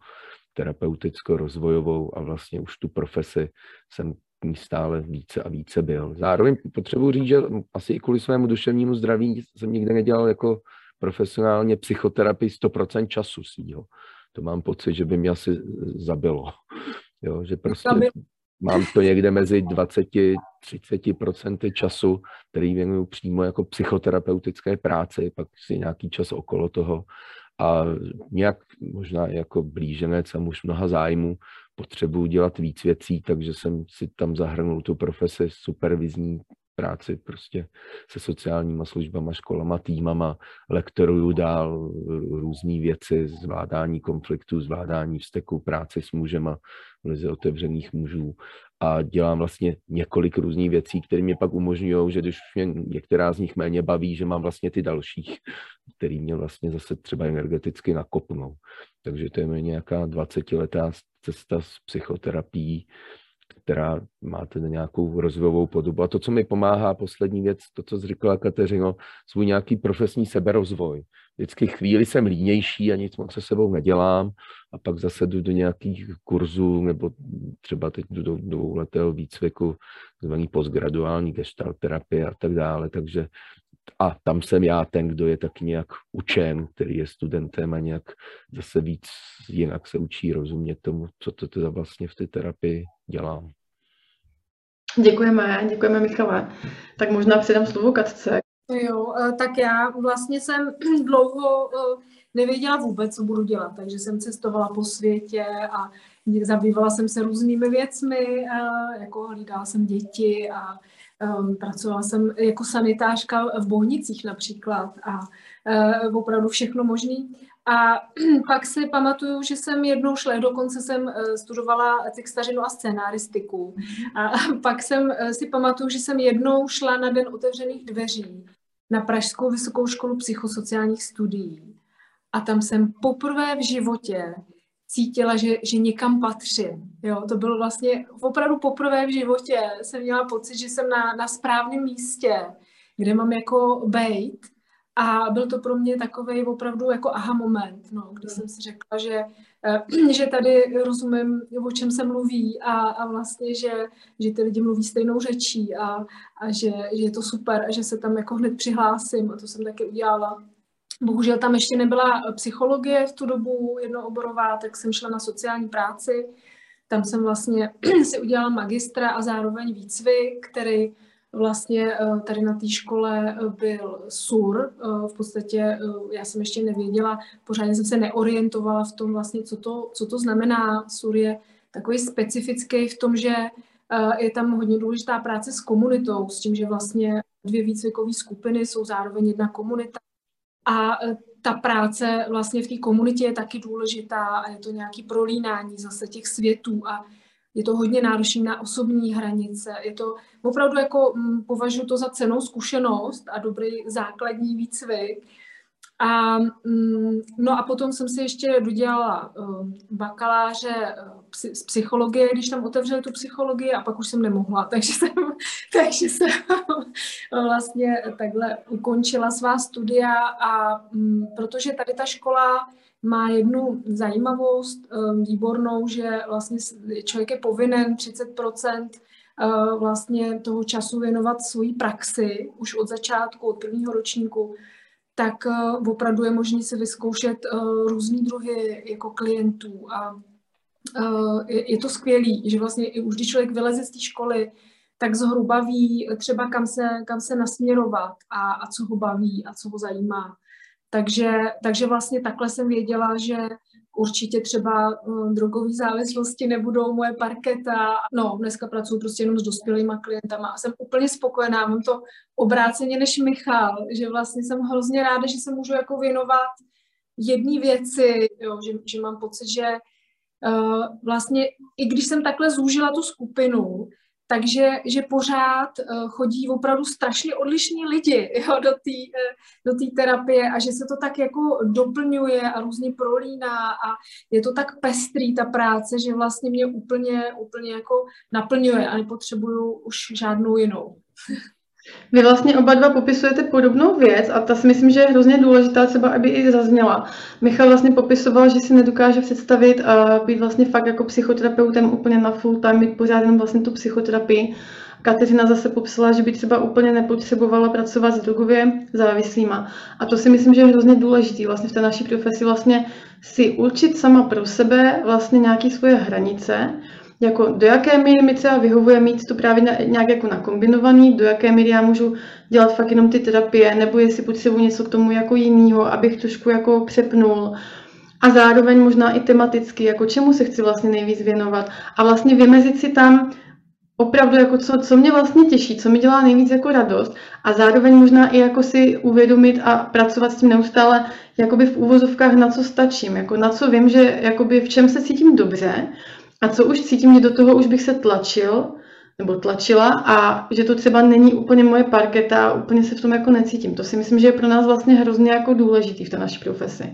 terapeuticko-rozvojovou a vlastně už tu profesi jsem ní stále více a více byl. Zároveň potřebuji říct, že asi i kvůli svému duševnímu zdraví jsem nikde nedělal jako profesionálně psychoterapii sto procent času svýho. To mám pocit, že by mě asi zabilo. Jo, že prostě mám to někde mezi dvacet až třicet procent času, který věnuju přímo jako psychoterapeutické práci, pak si nějaký čas okolo toho a nějak možná jako blíženec a muž mnoha zájmů potřebuji dělat víc věcí, takže jsem si tam zahrnul tu profesi supervizní práci prostě se sociálníma službama, školama, týmama, lektoruju dál různé věci, zvládání konfliktů, zvládání vzteků, práci s mužema, lize otevřených mužů a dělám vlastně několik různých věcí, které mě pak umožňují, že když mě některá z nich méně baví, že mám vlastně ty dalších, který mě vlastně zase třeba energeticky nakopnou. Takže to je mě nějaká dvacetiletá cesta s psychoterapií, která má teda nějakou rozvojovou podobu. A to, co mi pomáhá, poslední věc, to, co jsi říkala, Kateřino, svůj nějaký profesní seberozvoj. Vždycky chvíli jsem línější a nic moc se sebou nedělám a pak zase jdu do nějakých kurzů nebo třeba teď jdu do dvouletého výcviku, zvaný postgraduální gestalt terapie a tak dále. Takže a tam jsem já ten, kdo je tak nějak učen, který je studentem a nějak zase víc jinak se učí rozumět tomu, co to teda vlastně v té terapii dělám. Děkujeme, děkujeme Michale. Tak možná předám slovo Katce. Jo, tak já vlastně jsem dlouho nevěděla vůbec, co budu dělat, takže jsem cestovala po světě a zabývala jsem se různými věcmi, jako hlídala jsem děti a Um, pracovala jsem jako sanitářka v Bohnicích například a uh, opravdu všechno možný. A pak si pamatuju, že jsem jednou šla, dokonce jsem uh, studovala textařinu a scénáristiku. A pak jsem uh, si pamatuju, že jsem jednou šla na den otevřených dveří na Pražskou vysokou školu psychosociálních studií. A tam jsem poprvé v životě cítila, že, že někam patřím. Jo, to bylo vlastně opravdu poprvé v životě. Jsem měla pocit, že jsem na, na správném místě, kde mám jako bejt. A byl to pro mě takovej opravdu jako aha moment, no, kdy jsem si řekla, že, že tady rozumím, o čem se mluví a, a vlastně, že, že ty lidi mluví stejnou řečí a, a že, že je to super a že se tam jako hned přihlásím a to jsem taky udělala. Bohužel tam ještě nebyla psychologie v tu dobu jednooborová, tak jsem šla na sociální práci. Tam jsem vlastně si udělala magistra a zároveň výcvik, který vlastně tady na té škole byl S U R. V podstatě já jsem ještě nevěděla, pořádně jsem se neorientovala v tom vlastně, co to, co to znamená. S U R je takový specifický v tom, že je tam hodně důležitá práce s komunitou, s tím, že vlastně dvě výcvikové skupiny jsou zároveň jedna komunita. A ta práce vlastně v té komunitě je taky důležitá a je to nějaké prolínání zase těch světů a je to hodně náročné na osobní hranice. Je to opravdu jako považuji to za cennou zkušenost a dobrý základní výcvik. A, no a potom jsem si ještě dodělala bakaláře z psychologie, když tam otevřeli tu psychologii a pak už jsem nemohla, takže jsem, takže jsem vlastně takhle ukončila svá studia a protože tady ta škola má jednu zajímavost výbornou, že vlastně člověk je povinen třicet procent vlastně toho času věnovat svojí praxi už od začátku, od prvního ročníku, tak uh, opravdu je možné si vyzkoušet uh, různý druhy jako klientů a uh, je, je to skvělý, že vlastně i už když člověk vyleze z té školy, tak zhruba ví třeba kam se, kam se nasměrovat a, a co ho baví a co ho zajímá. Takže, takže vlastně takhle jsem věděla, že určitě třeba uh, drogové závislosti nebudou moje parketa. No, dneska pracuji prostě jenom s dospělýma klientama a jsem úplně spokojená. Mám to obráceně než Michal, že vlastně jsem hrozně ráda, že se můžu jako věnovat jedné věci, jo, že, že mám pocit, že uh, vlastně i když jsem takhle zúžila tu skupinu, takže že pořád uh, chodí opravdu strašně odlišní lidi jo, do té uh, do té terapie a že se to tak jako doplňuje a různě prolíná a je to tak pestrý ta práce, že vlastně mě úplně, úplně jako naplňuje a nepotřebuju už žádnou jinou. Vy vlastně oba dva popisujete podobnou věc a ta si myslím, že je hrozně důležitá, třeba aby i zazněla. Michal vlastně popisoval, že si nedokáže představit a být vlastně fakt jako psychoterapeutem úplně na full time, mít pořád jenom vlastně tu psychoterapii. Kateřina zase popsala, že by třeba úplně nepotřebovala pracovat s drogově závislýma. A to si myslím, že je hrozně důležitý vlastně v té naší profesi vlastně si určit sama pro sebe vlastně nějaké svoje hranice, jako do jaké míry mi třeba vyhovuje mít to právě nějak jako nakombinovaný, do jaké míry já můžu dělat fakt jenom ty terapie, nebo jestli potřebuji něco k tomu jako jinýho, abych trošku jako přepnul. A zároveň možná i tematicky, jako čemu se chci vlastně nejvíc věnovat. A vlastně vymezit si tam opravdu, jako co, co mě vlastně těší, co mi dělá nejvíc jako radost. A zároveň možná i jako si uvědomit a pracovat s tím neustále jakoby v úvozovkách, na co stačím, jako na co vím, že jakoby v čem se cítím dobře. A co už cítím, že do toho už bych se tlačil, nebo tlačila a že to třeba není úplně moje parketa a úplně se v tom jako necítím. To si myslím, že je pro nás vlastně hrozně jako důležitý v té naší profesi.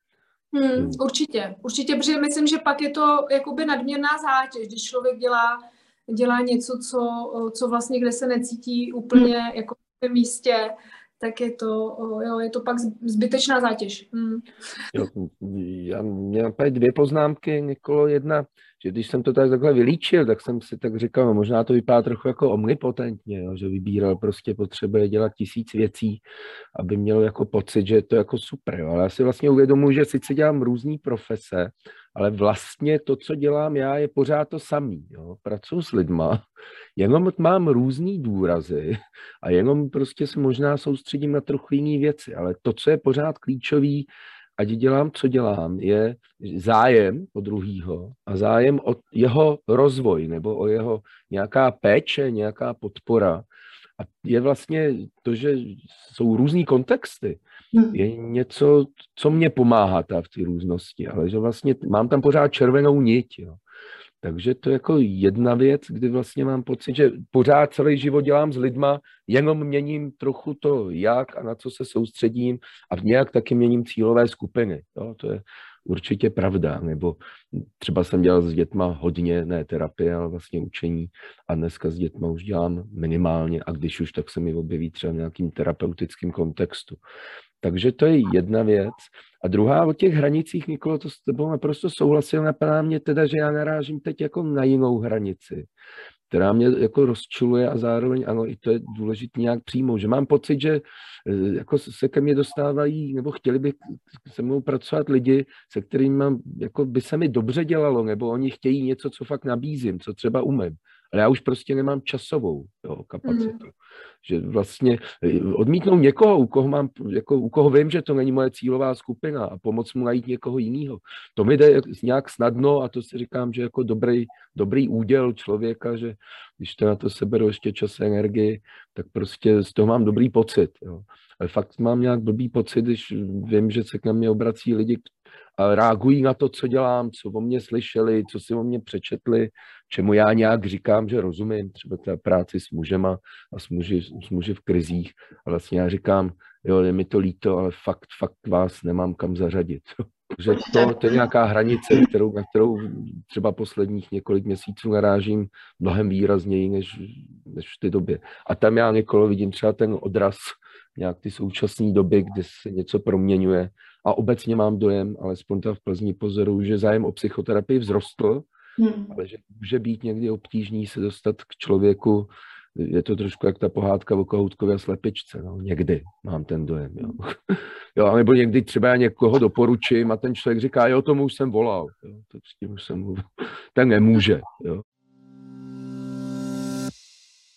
Hmm, určitě, určitě, protože myslím, že pak je to jakoby nadměrná zátěž, když člověk dělá, dělá něco, co, co vlastně kde se necítí úplně hmm. jako v místě, tak je to, jo, je to pak zbytečná zátěž. Hmm. Jo, já měl dvě poznámky, Nikolo. Jedna, že když jsem to tak takhle vylíčil, tak jsem si tak říkal, no, možná to vypadá trochu jako omnipotentně, jo, že vybíral, prostě potřebuje dělat tisíc věcí, aby měl jako pocit, že je to jako super. Jo. Ale já si vlastně uvědomuji, že sice dělám různý profese, ale vlastně to, co dělám já, je pořád to samý. Jo. Pracuji s lidma, jenom mám různý důrazy a jenom prostě se možná soustředím na trochu jiné věci, ale to, co je pořád klíčový, ať dělám, co dělám, je zájem o druhýho a zájem o jeho rozvoj nebo o jeho nějaká péče, nějaká podpora. A je vlastně to, že jsou různý kontexty, je něco, co mě pomáhá ta v té různosti, ale že vlastně mám tam pořád červenou niť. Jo. Takže to je jako jedna věc, kdy vlastně mám pocit, že pořád celý život dělám s lidma, jenom měním trochu to, jak a na co se soustředím a nějak taky měním cílové skupiny. Jo, to je určitě pravda. Nebo třeba jsem dělal s dětma hodně, ne terapie, ale vlastně učení a dneska s dětma už dělám minimálně a když už, tak se mi objeví třeba v nějakým terapeutickém kontextu. Takže to je jedna věc. A druhá o těch hranicích, Nikolo, to s tebou naprosto souhlasil, napadá mě teda, že já narážím teď jako na jinou hranici, která mě jako rozčiluje a zároveň, ano, i to je důležité nějak přijmout, že mám pocit, že jako se ke mně dostávají, nebo chtěli by se mnou pracovat lidi, se kterými jako by se mi dobře dělalo, nebo oni chtějí něco, co fakt nabízím, co třeba umím. Ale já už prostě nemám časovou jo, kapacitu. Mm. Že vlastně odmítnout někoho, u koho, mám, jako, u koho vím, že to není moje cílová skupina a pomoct mu najít někoho jiného. To mi jde nějak snadno a to si říkám, že jako dobrý, dobrý úděl člověka, že když to na to seberu ještě čas a energii, tak prostě z toho mám dobrý pocit. Jo. Ale fakt mám nějak blbý pocit, když vím, že se k mě obrací lidi a reagují na to, co dělám, co o mě slyšeli, co si o mě přečetli, čemu já nějak říkám, že rozumím, třeba ta práci s mužema a s muži, s muži v krizích. A vlastně já říkám, jo, je mi to líto, ale fakt, fakt vás nemám kam zařadit. Takže to, to je nějaká hranice, kterou, na kterou třeba posledních několik měsíců narážím mnohem výrazněji než, než v té době. A tam já, Nikolo, vidím třeba ten odraz nějak ty současné doby, kdy se něco proměňuje. A obecně mám dojem, alespoň tam v Plzni pozoruju, že zájem o psychoterapii vzrostl, hmm. ale že může být někdy obtížný se dostat k člověku. Je to trošku jak ta pohádka o kohoutkově a slepičce. No, někdy mám ten dojem. Jo. Jo, nebo někdy třeba já někoho doporučím a ten člověk říká, jo, tomu už jsem volal. Jo, to s tím už jsem mluvil. Ten nemůže. Jo.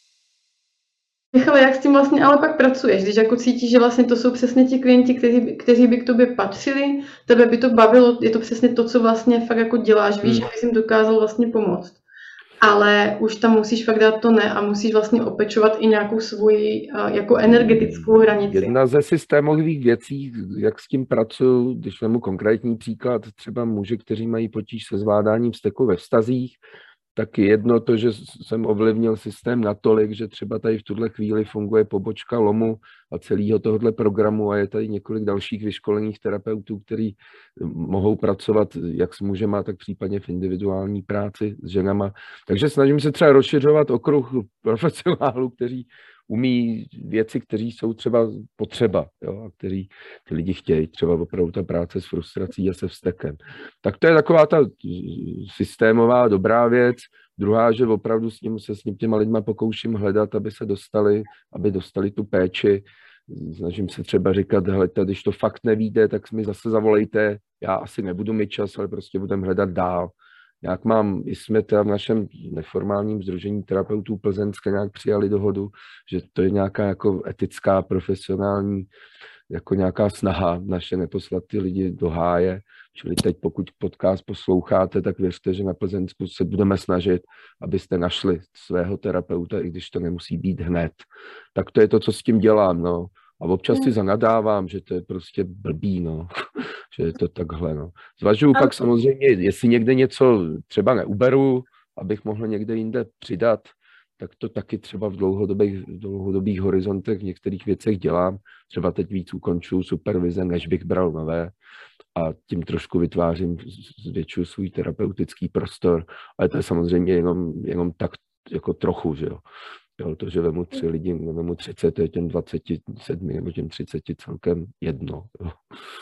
Michale, jak s tím vlastně ale pak pracuješ, když jako cítíš, že vlastně to jsou přesně ti klienti, kteří, kteří by k tobě patřili, tebe by to bavilo, je to přesně to, co vlastně fakt jako děláš, víš, Hmm. aby jsi jim dokázal vlastně pomoct. Ale už tam musíš fakt dát to ne a musíš vlastně opečovat i nějakou svoji uh, jako energetickou hranici. Jedna ze systémových věcí, jak s tím pracuji, když vezmu konkrétní příklad, třeba muži, kteří mají potíž se zvládáním vzteku ve vztazích, tak jedno to, že jsem ovlivnil systém natolik, že třeba tady v tuhle chvíli funguje pobočka Lomu a celého tohohle programu a je tady několik dalších vyškolených terapeutů, kteří mohou pracovat jak s mužema, tak případně v individuální práci s ženama. Takže snažím se třeba rozšiřovat okruh profesionálů, kteří umí věci, které jsou třeba potřeba, jo, a který ty lidi chtějí, třeba opravdu ta práce s frustrací a se vztekem. Tak to je taková ta systémová dobrá věc. Druhá, že opravdu s ním se s ním těma lidma pokouším hledat, aby se dostali, aby dostali tu péči. Snažím se třeba říkat, hleďte, když to fakt nevíde, tak mi zase zavolejte. Já asi nebudu mít čas, ale prostě budeme hledat dál. Jak mám, i jsme teda v našem neformálním sdružení terapeutů Plzeňské nějak přijali dohodu, že to je nějaká jako etická, profesionální, jako nějaká snaha naše neposlat ty lidi do háje. Čili teď, pokud podcast posloucháte, tak věřte, že na Plzeňsku se budeme snažit, abyste našli svého terapeuta, i když to nemusí být hned. Tak to je to, co s tím dělám, no. A občas si zanadávám, že to je prostě blbý, no. Že je to takhle, no. Zvažuju pak samozřejmě, jestli někde něco třeba neuberu, abych mohl někde jinde přidat, tak to taky třeba v dlouhodobých, v dlouhodobých horizontech v některých věcech dělám. Třeba teď víc ukončuju supervize, než bych bral nové. A tím trošku vytvářím, zvětšuju svůj terapeutický prostor. Ale to je samozřejmě jenom, jenom tak jako trochu, že jo. Jo, to, že vemu tři lidi, vemu třicet, to je těm dvaceti sedmi nebo těm třiceti celkem jedno. Jo.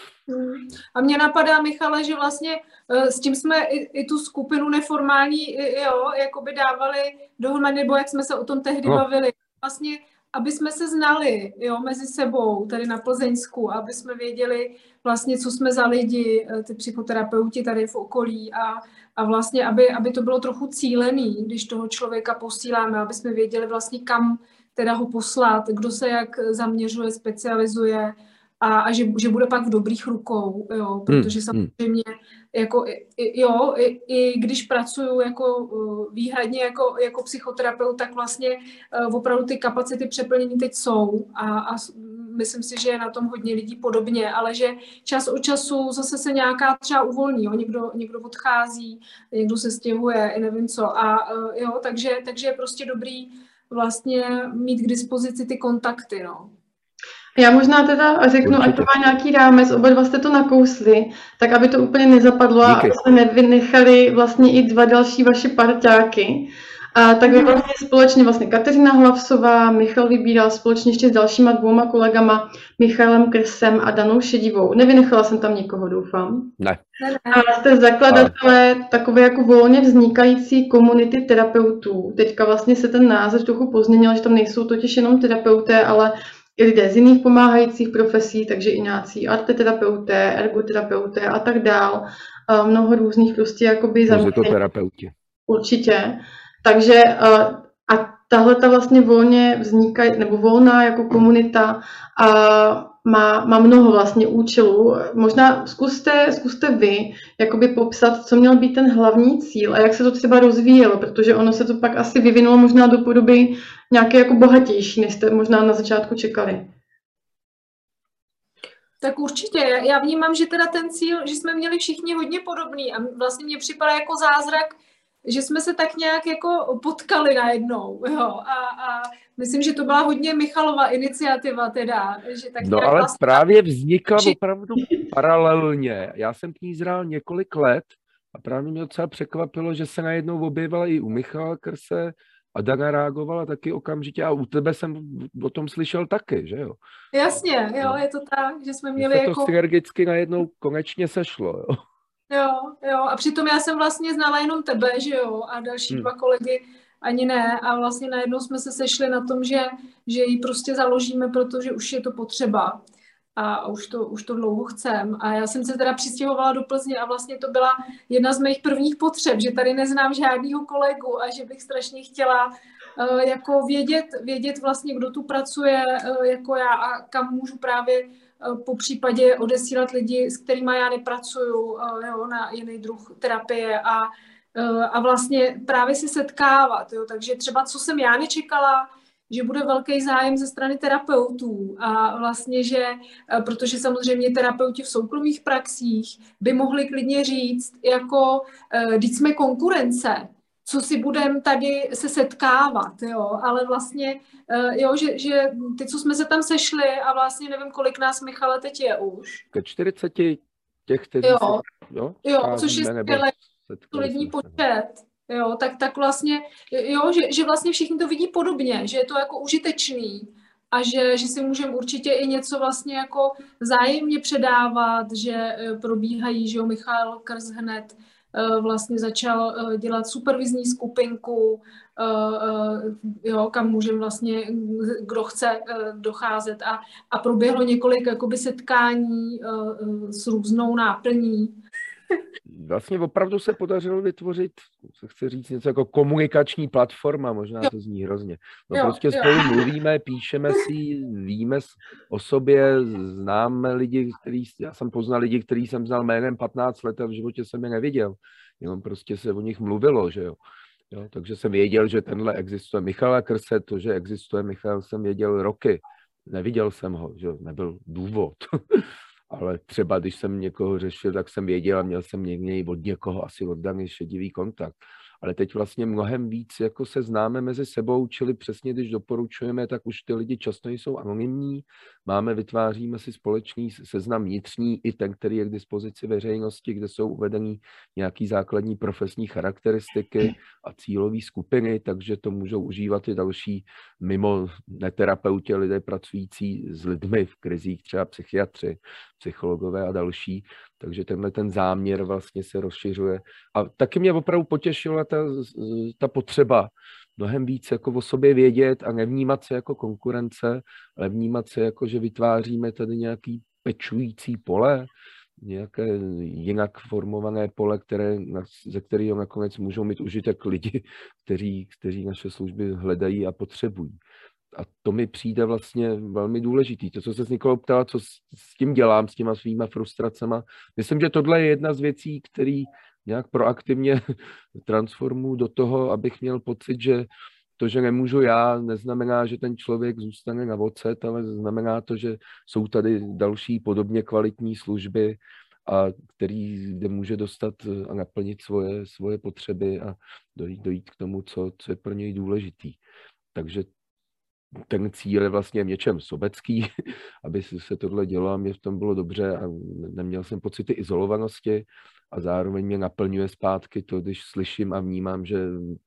A mě napadá, Michale, že vlastně s tím jsme i, i tu skupinu neformální, jo, jakoby dávali dohromady, nebo jak jsme se o tom tehdy no. bavili. Vlastně, aby jsme se znali, jo, mezi sebou, tady na Plzeňsku, aby jsme věděli vlastně, co jsme za lidi, ty psychoterapeuti tady v okolí a, a vlastně, aby, aby to bylo trochu cílený, když toho člověka posíláme, aby jsme věděli vlastně, kam teda ho poslat, kdo se jak zaměřuje, specializuje, a, a že, že bude pak v dobrých rukou, jo, protože samozřejmě jako, jo, i, i když pracuju jako výhradně jako, jako psychoterapeut, tak vlastně opravdu ty kapacity přeplnění teď jsou a, a myslím si, že je na tom hodně lidí podobně, ale že čas od času zase se nějaká třeba uvolní, jo, někdo, někdo odchází, někdo se stěhuje, nevím co a jo, takže, takže je prostě dobrý vlastně mít k dispozici ty kontakty, no. Já možná teda řeknu, Určitě. Ať to má nějaký rámec, oba dva jste to nakousli, tak aby to úplně nezapadlo a aby jsme nevynechali vlastně i dva další vaše parťáky. A tak vy vlastně společně vlastně Kateřina Hlavsová, Michal Vybíral společně ještě s dalšíma dvouma kolegama, Michalem Krsem a Danou Šedivou. Nevynechala jsem tam někoho, doufám. Ne. A jste zakladatelé takové jako volně vznikající komunity terapeutů. Teďka vlastně se ten název trochu pozměnil, že tam nejsou totiž jenom terapeuté, ale i lidé z jiných pomáhajících profesí, takže i nějací arteterapeuté, ergoterapeuté a tak dál. Mnoho různých prostě jakoby zaměření. Určitě. Takže a tahle ta vlastně volně vznikají, nebo volná jako komunita a má, má mnoho vlastně účelů. Možná zkuste, zkuste vy jakoby popsat, co měl být ten hlavní cíl a jak se to třeba rozvíjelo, protože ono se to pak asi vyvinulo možná do podoby nějaké jako bohatější, než jste možná na začátku čekali. Tak určitě. Já vnímám, že teda ten cíl, že jsme měli všichni hodně podobný a vlastně mně připadá jako zázrak, že jsme se tak nějak jako potkali najednou, jo, a, a myslím, že to byla hodně Michalova iniciativa teda, že tak no ale vlastně právě vznikla že... opravdu paralelně, já jsem k ní zrál několik let a právě mě docela překvapilo, že se najednou objevila i u Michala Krse a Dana reagovala taky okamžitě a u tebe jsem o tom slyšel taky, že jo? Jasně, jo, je to tak, že jsme měli se jako... to synergicky najednou konečně sešlo, jo. Jo, jo, a přitom já jsem vlastně znala jenom tebe, že jo, a další hmm. dva kolegy ani ne a vlastně najednou jsme se sešli na tom, že, že ji prostě založíme, protože už je to potřeba a už to, už to dlouho chcem a já jsem se teda přistěhovala do Plzně a vlastně to byla jedna z mých prvních potřeb, že tady neznám žádného kolegu a že bych strašně chtěla jako vědět, vědět vlastně, kdo tu pracuje jako já a kam můžu právě po případě odesílat lidi, s kterými já nepracuju, jo, na jiný druh terapie a, a vlastně právě se setkávat. Jo. Takže třeba, co jsem já nečekala, že bude velký zájem ze strany terapeutů a vlastně, že, protože samozřejmě terapeuti v soukromých praxích by mohli klidně říct, jako, když jsme konkurence, co si budeme tady se setkávat, jo, ale vlastně, jo, že, že ty, co jsme se tam sešli a vlastně nevím, kolik nás, Michale, teď je už. Ke čtyřiceti těch, kteří jo, se, jo, jo, což je skvělý solidní počet. Jo, tak, tak vlastně, jo, že, že vlastně všichni to vidí podobně, že je to jako užitečný a že, že si můžeme určitě i něco vlastně jako vzájemně předávat, že probíhají, že jo, Michal Krz hned vlastně začal dělat supervizní skupinku, jo, kam můžeme vlastně, kdo chce docházet a, a proběhlo několik jakoby setkání s různou náplní. Vlastně opravdu se podařilo vytvořit, co chci říct, něco jako komunikační platforma, možná jo. To zní hrozně. No jo, prostě jo. Spolu mluvíme, píšeme si, víme o sobě, známe lidi, který, já jsem poznal lidi, který jsem znal jménem patnáct let a v životě jsem je neviděl. Jenom prostě se o nich mluvilo, že jo. Jo, takže jsem věděl, že tenhle existuje. Michala Krse, to, že existuje Michal, jsem věděl roky. Neviděl jsem ho, že nebyl důvod. Ale třeba, když jsem někoho řešil, tak jsem věděl a měl jsem někdy od někoho asi oddaný šedivý kontakt. Ale teď vlastně mnohem víc jako se známe mezi sebou, čili přesně, když doporučujeme, tak už ty lidi často jsou anonymní. Máme, vytváříme si společný seznam vnitřní, i ten, který je k dispozici veřejnosti, kde jsou uvedeny nějaký základní profesní charakteristiky a cílové skupiny, takže to můžou užívat i další mimo neterapeuti, lidé pracující s lidmi v krizích, třeba psychiatři, psychologové a další. Takže tenhle ten záměr vlastně se rozšiřuje. A taky mě opravdu potěšila ta, ta potřeba mnohem víc jako o sobě vědět a nevnímat se jako konkurence, ale vnímat se jako, že vytváříme tady nějaký pečující pole, nějaké jinak formované pole, které, ze kterého nakonec můžou mít užitek lidi, kteří, kteří naše služby hledají a potřebují. A to mi přijde vlastně velmi důležitý. To, co se s Nikolou ptala, co s tím dělám, s těma svýma frustracema. Myslím, že tohle je jedna z věcí, který nějak proaktivně transformuji do toho, abych měl pocit, že to, že nemůžu já, neznamená, že ten člověk zůstane na ocet, ale znamená to, že jsou tady další podobně kvalitní služby, a který, kde může dostat a naplnit svoje, svoje potřeby a dojít, dojít k tomu, co, co je pro něj důležitý. Takže ten cíl je vlastně v něčem sobecký, aby se tohle dělo a mě v tom bylo dobře a neměl jsem pocity izolovanosti a zároveň mě naplňuje zpátky to, když slyším a vnímám, že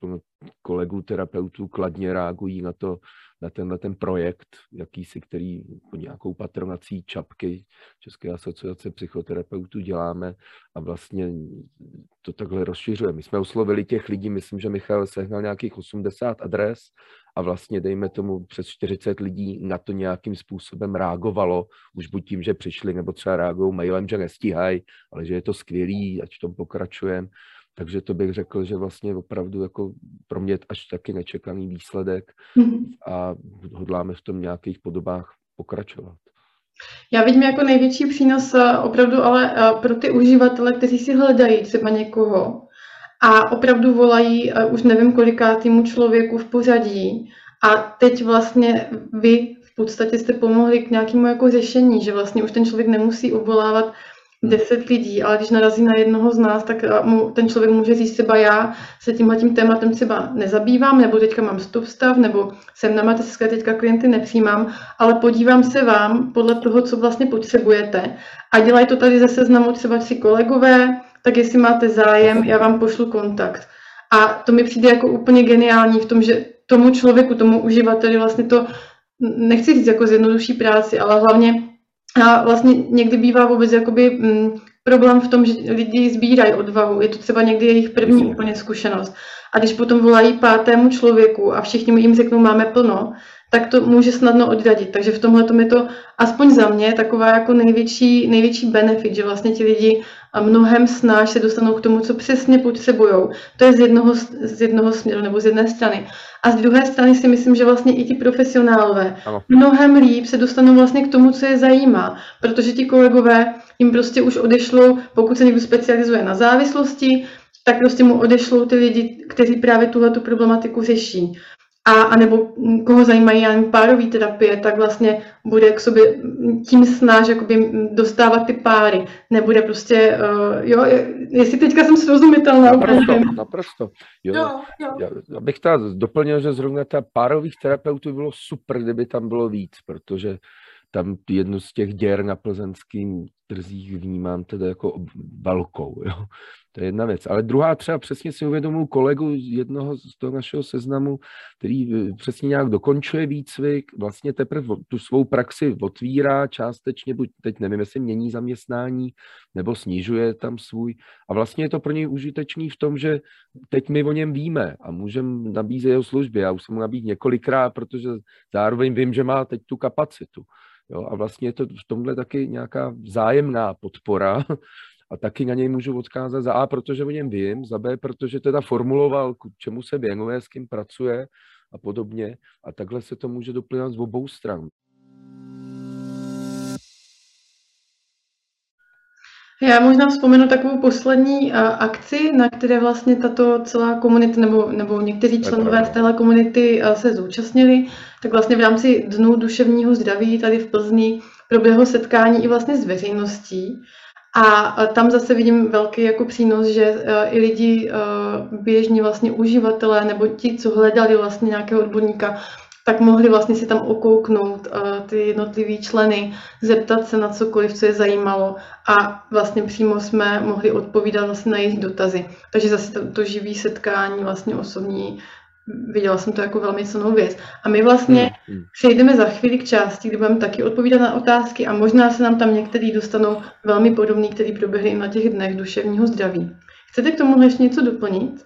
kolegů terapeutů kladně reagují na to, na tenhle ten projekt, jakýsi, který pod nějakou patronací Čapky České asociace psychoterapeutů děláme a vlastně to takhle rozšiřuje. My jsme oslovili těch lidí, myslím, že Michal sehnal nějakých osmdesát adres a vlastně, dejme tomu, přes čtyřicet lidí na to nějakým způsobem reagovalo, už buď tím, že přišli, nebo třeba reagují mailem, že nestíhají, ale že je to skvělý, ať v tom pokračujeme. Takže to bych řekl, že vlastně opravdu jako pro mě až taky nečekaný výsledek a hodláme v tom nějakých podobách pokračovat. Já vidím jako největší přínos opravdu ale pro ty uživatele, kteří si hledají třeba někoho a opravdu volají už nevím kolikátýmu člověku v pořadí a teď vlastně vy v podstatě jste pomohli k nějakému jako řešení, že vlastně už ten člověk nemusí obvolávat deset lidí, ale když narazí na jednoho z nás, tak mu ten člověk může říct třeba já se tímhletím tématem třeba nezabývám, nebo teďka mám stop stav, nebo jsem na mateřské, teďka klienty nepřijímám, ale podívám se vám podle toho, co vlastně potřebujete a dělají to tady ze seznamu třeba tři kolegové, tak jestli máte zájem, já vám pošlu kontakt. A to mi přijde jako úplně geniální v tom, že tomu člověku, tomu uživateli vlastně to, nechci říct jako zjednoduší práci, ale hlavně a vlastně někdy bývá vůbec jakoby m, problém v tom, že lidi sbírají odvahu. Je to třeba někdy jejich první úplně zkušenost. A když potom volají pátému člověku a všichni jim řeknou, máme plno, tak to může snadno odradit. Takže v tomhle tom je to aspoň za mě taková jako největší, největší benefit, že vlastně ti lidi mnohem snáš se dostanou k tomu, co přesně potřebujou. To je z jednoho, z jednoho směru nebo z jedné strany. A z druhé strany si myslím, že vlastně i ti profesionálové ano. mnohem líp se dostanou vlastně k tomu, co je zajímá. Protože ti kolegové jim prostě už odešlo, pokud se někdo specializuje na závislosti, tak prostě mu odešlou ty lidi, kteří právě tuhletu problematiku řeší. A, a nebo koho zajímají jen párové terapie, tak vlastně bude k sobě tím snáž jakoby dostávat ty páry. Nebude prostě, uh, jo, jestli teďka jsem srozumitelná. Naprosto, naprosto. Jo, jo, jo. Já bych teda doplnil, že zrovna ta párových terapeutů bylo super, kdyby tam bylo víc, protože tam jednu z těch děr na plzeňských trzích vnímám teda jako velkou. Jo. To je jedna věc. Ale druhá třeba přesně si uvědomuji kolegu z jednoho z toho našeho seznamu, který přesně nějak dokončuje výcvik, vlastně teprve tu svou praxi otvírá částečně, buď teď nevím, jestli mění zaměstnání, nebo snižuje tam svůj. A vlastně je to pro něj užitečný v tom, že teď my o něm víme a můžeme nabízet jeho služby. Já už jsem mu nabídl několikrát, protože zároveň vím, že má teď tu kapacitu. Jo, a vlastně je to v tomhle taky nějaká vzájemná podpora a taky na něj můžu odkázat za A, protože o něm vím, za B, protože teda formuloval, k čemu se věnuje, s kým pracuje a podobně. A takhle se to může doplňovat z obou stran. Já možná vzpomenu takovou poslední akci, na které vlastně tato celá komunita nebo, nebo někteří členové z téhle komunity se zúčastnili. Tak vlastně v rámci Dnů duševního zdraví tady v Plzni proběhlo setkání i vlastně s veřejností. A tam zase vidím velký jako přínos, že i lidi běžní vlastně uživatelé nebo ti, co hledali vlastně nějakého odborníka, tak mohli vlastně si tam okouknout uh, ty jednotlivý členy, zeptat se na cokoliv, co je zajímalo a vlastně přímo jsme mohli odpovídat vlastně na jejich dotazy. Takže zase to, to živý setkání vlastně osobní, viděla jsem to jako velmi cennou věc. A my vlastně přejdeme za chvíli k části, kdy budeme taky odpovídat na otázky a možná se nám tam některý dostanou velmi podobný, který proběhly i na těch dnech duševního zdraví. Chcete k tomu ještě něco doplnit?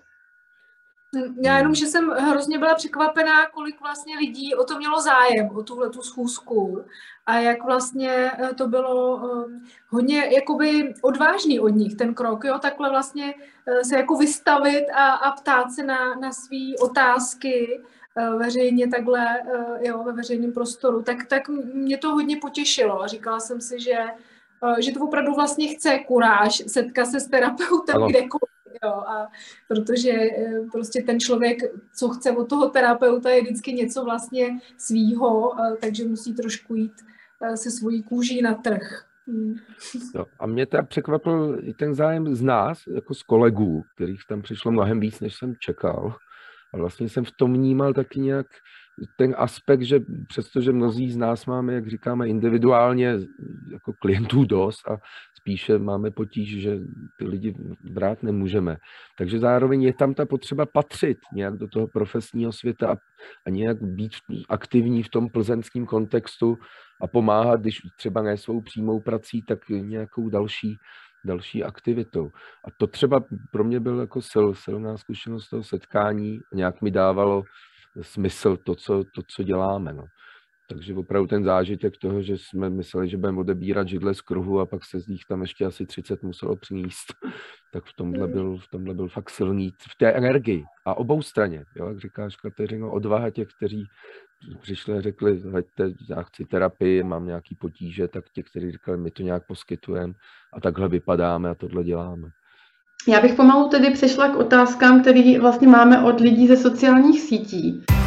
Já jenom, že jsem hrozně byla překvapená, kolik vlastně lidí o to mělo zájem, o tuhletu schůzku a jak vlastně to bylo hodně jakoby odvážný od nich, ten krok, jo, takhle vlastně se jako vystavit a, a ptát se na, na svý otázky veřejně takhle, jo, ve veřejném prostoru, tak, tak mě to hodně potěšilo a říkala jsem si, že, že to opravdu vlastně chce kuráž setkat se s terapeutem kdekoliv. Jo, a protože prostě ten člověk, co chce od toho terapeuta, je vždycky něco vlastně svýho, takže musí trošku jít se svojí kůží na trh. Hmm. No, a mě teda překvapil i ten zájem z nás, jako z kolegů, kterých tam přišlo mnohem víc, než jsem čekal. A vlastně jsem v tom vnímal taky nějak ten aspekt, že přestože mnozí z nás máme, jak říkáme, individuálně jako klientů dost a spíše máme potíž, že ty lidi brát nemůžeme. Takže zároveň je tam ta potřeba patřit nějak do toho profesního světa a, a nějak být aktivní v tom plzeňském kontextu a pomáhat, když třeba ne svou přímou prací, tak nějakou další, další aktivitou. A to třeba pro mě byl jako sil, silná zkušenost toho setkání, nějak mi dávalo smysl to, co, to, co děláme. No. Takže opravdu ten zážitek toho, že jsme mysleli, že budeme odebírat židle z kruhu a pak se z nich tam ještě asi třicet muselo přinést, tak v tomhle byl, v tomhle byl fakt silný, v té energii a obou straně. Jo, jak říkáš, Kateřino, odvaha těch, kteří přišli a řekli, hejte, já chci terapii, mám nějaký potíže, tak těch, kteří říkali, my to nějak poskytujeme a takhle vypadáme a tohle děláme. Já bych pomalu tedy přešla k otázkám, které vlastně máme od lidí ze sociálních sítí.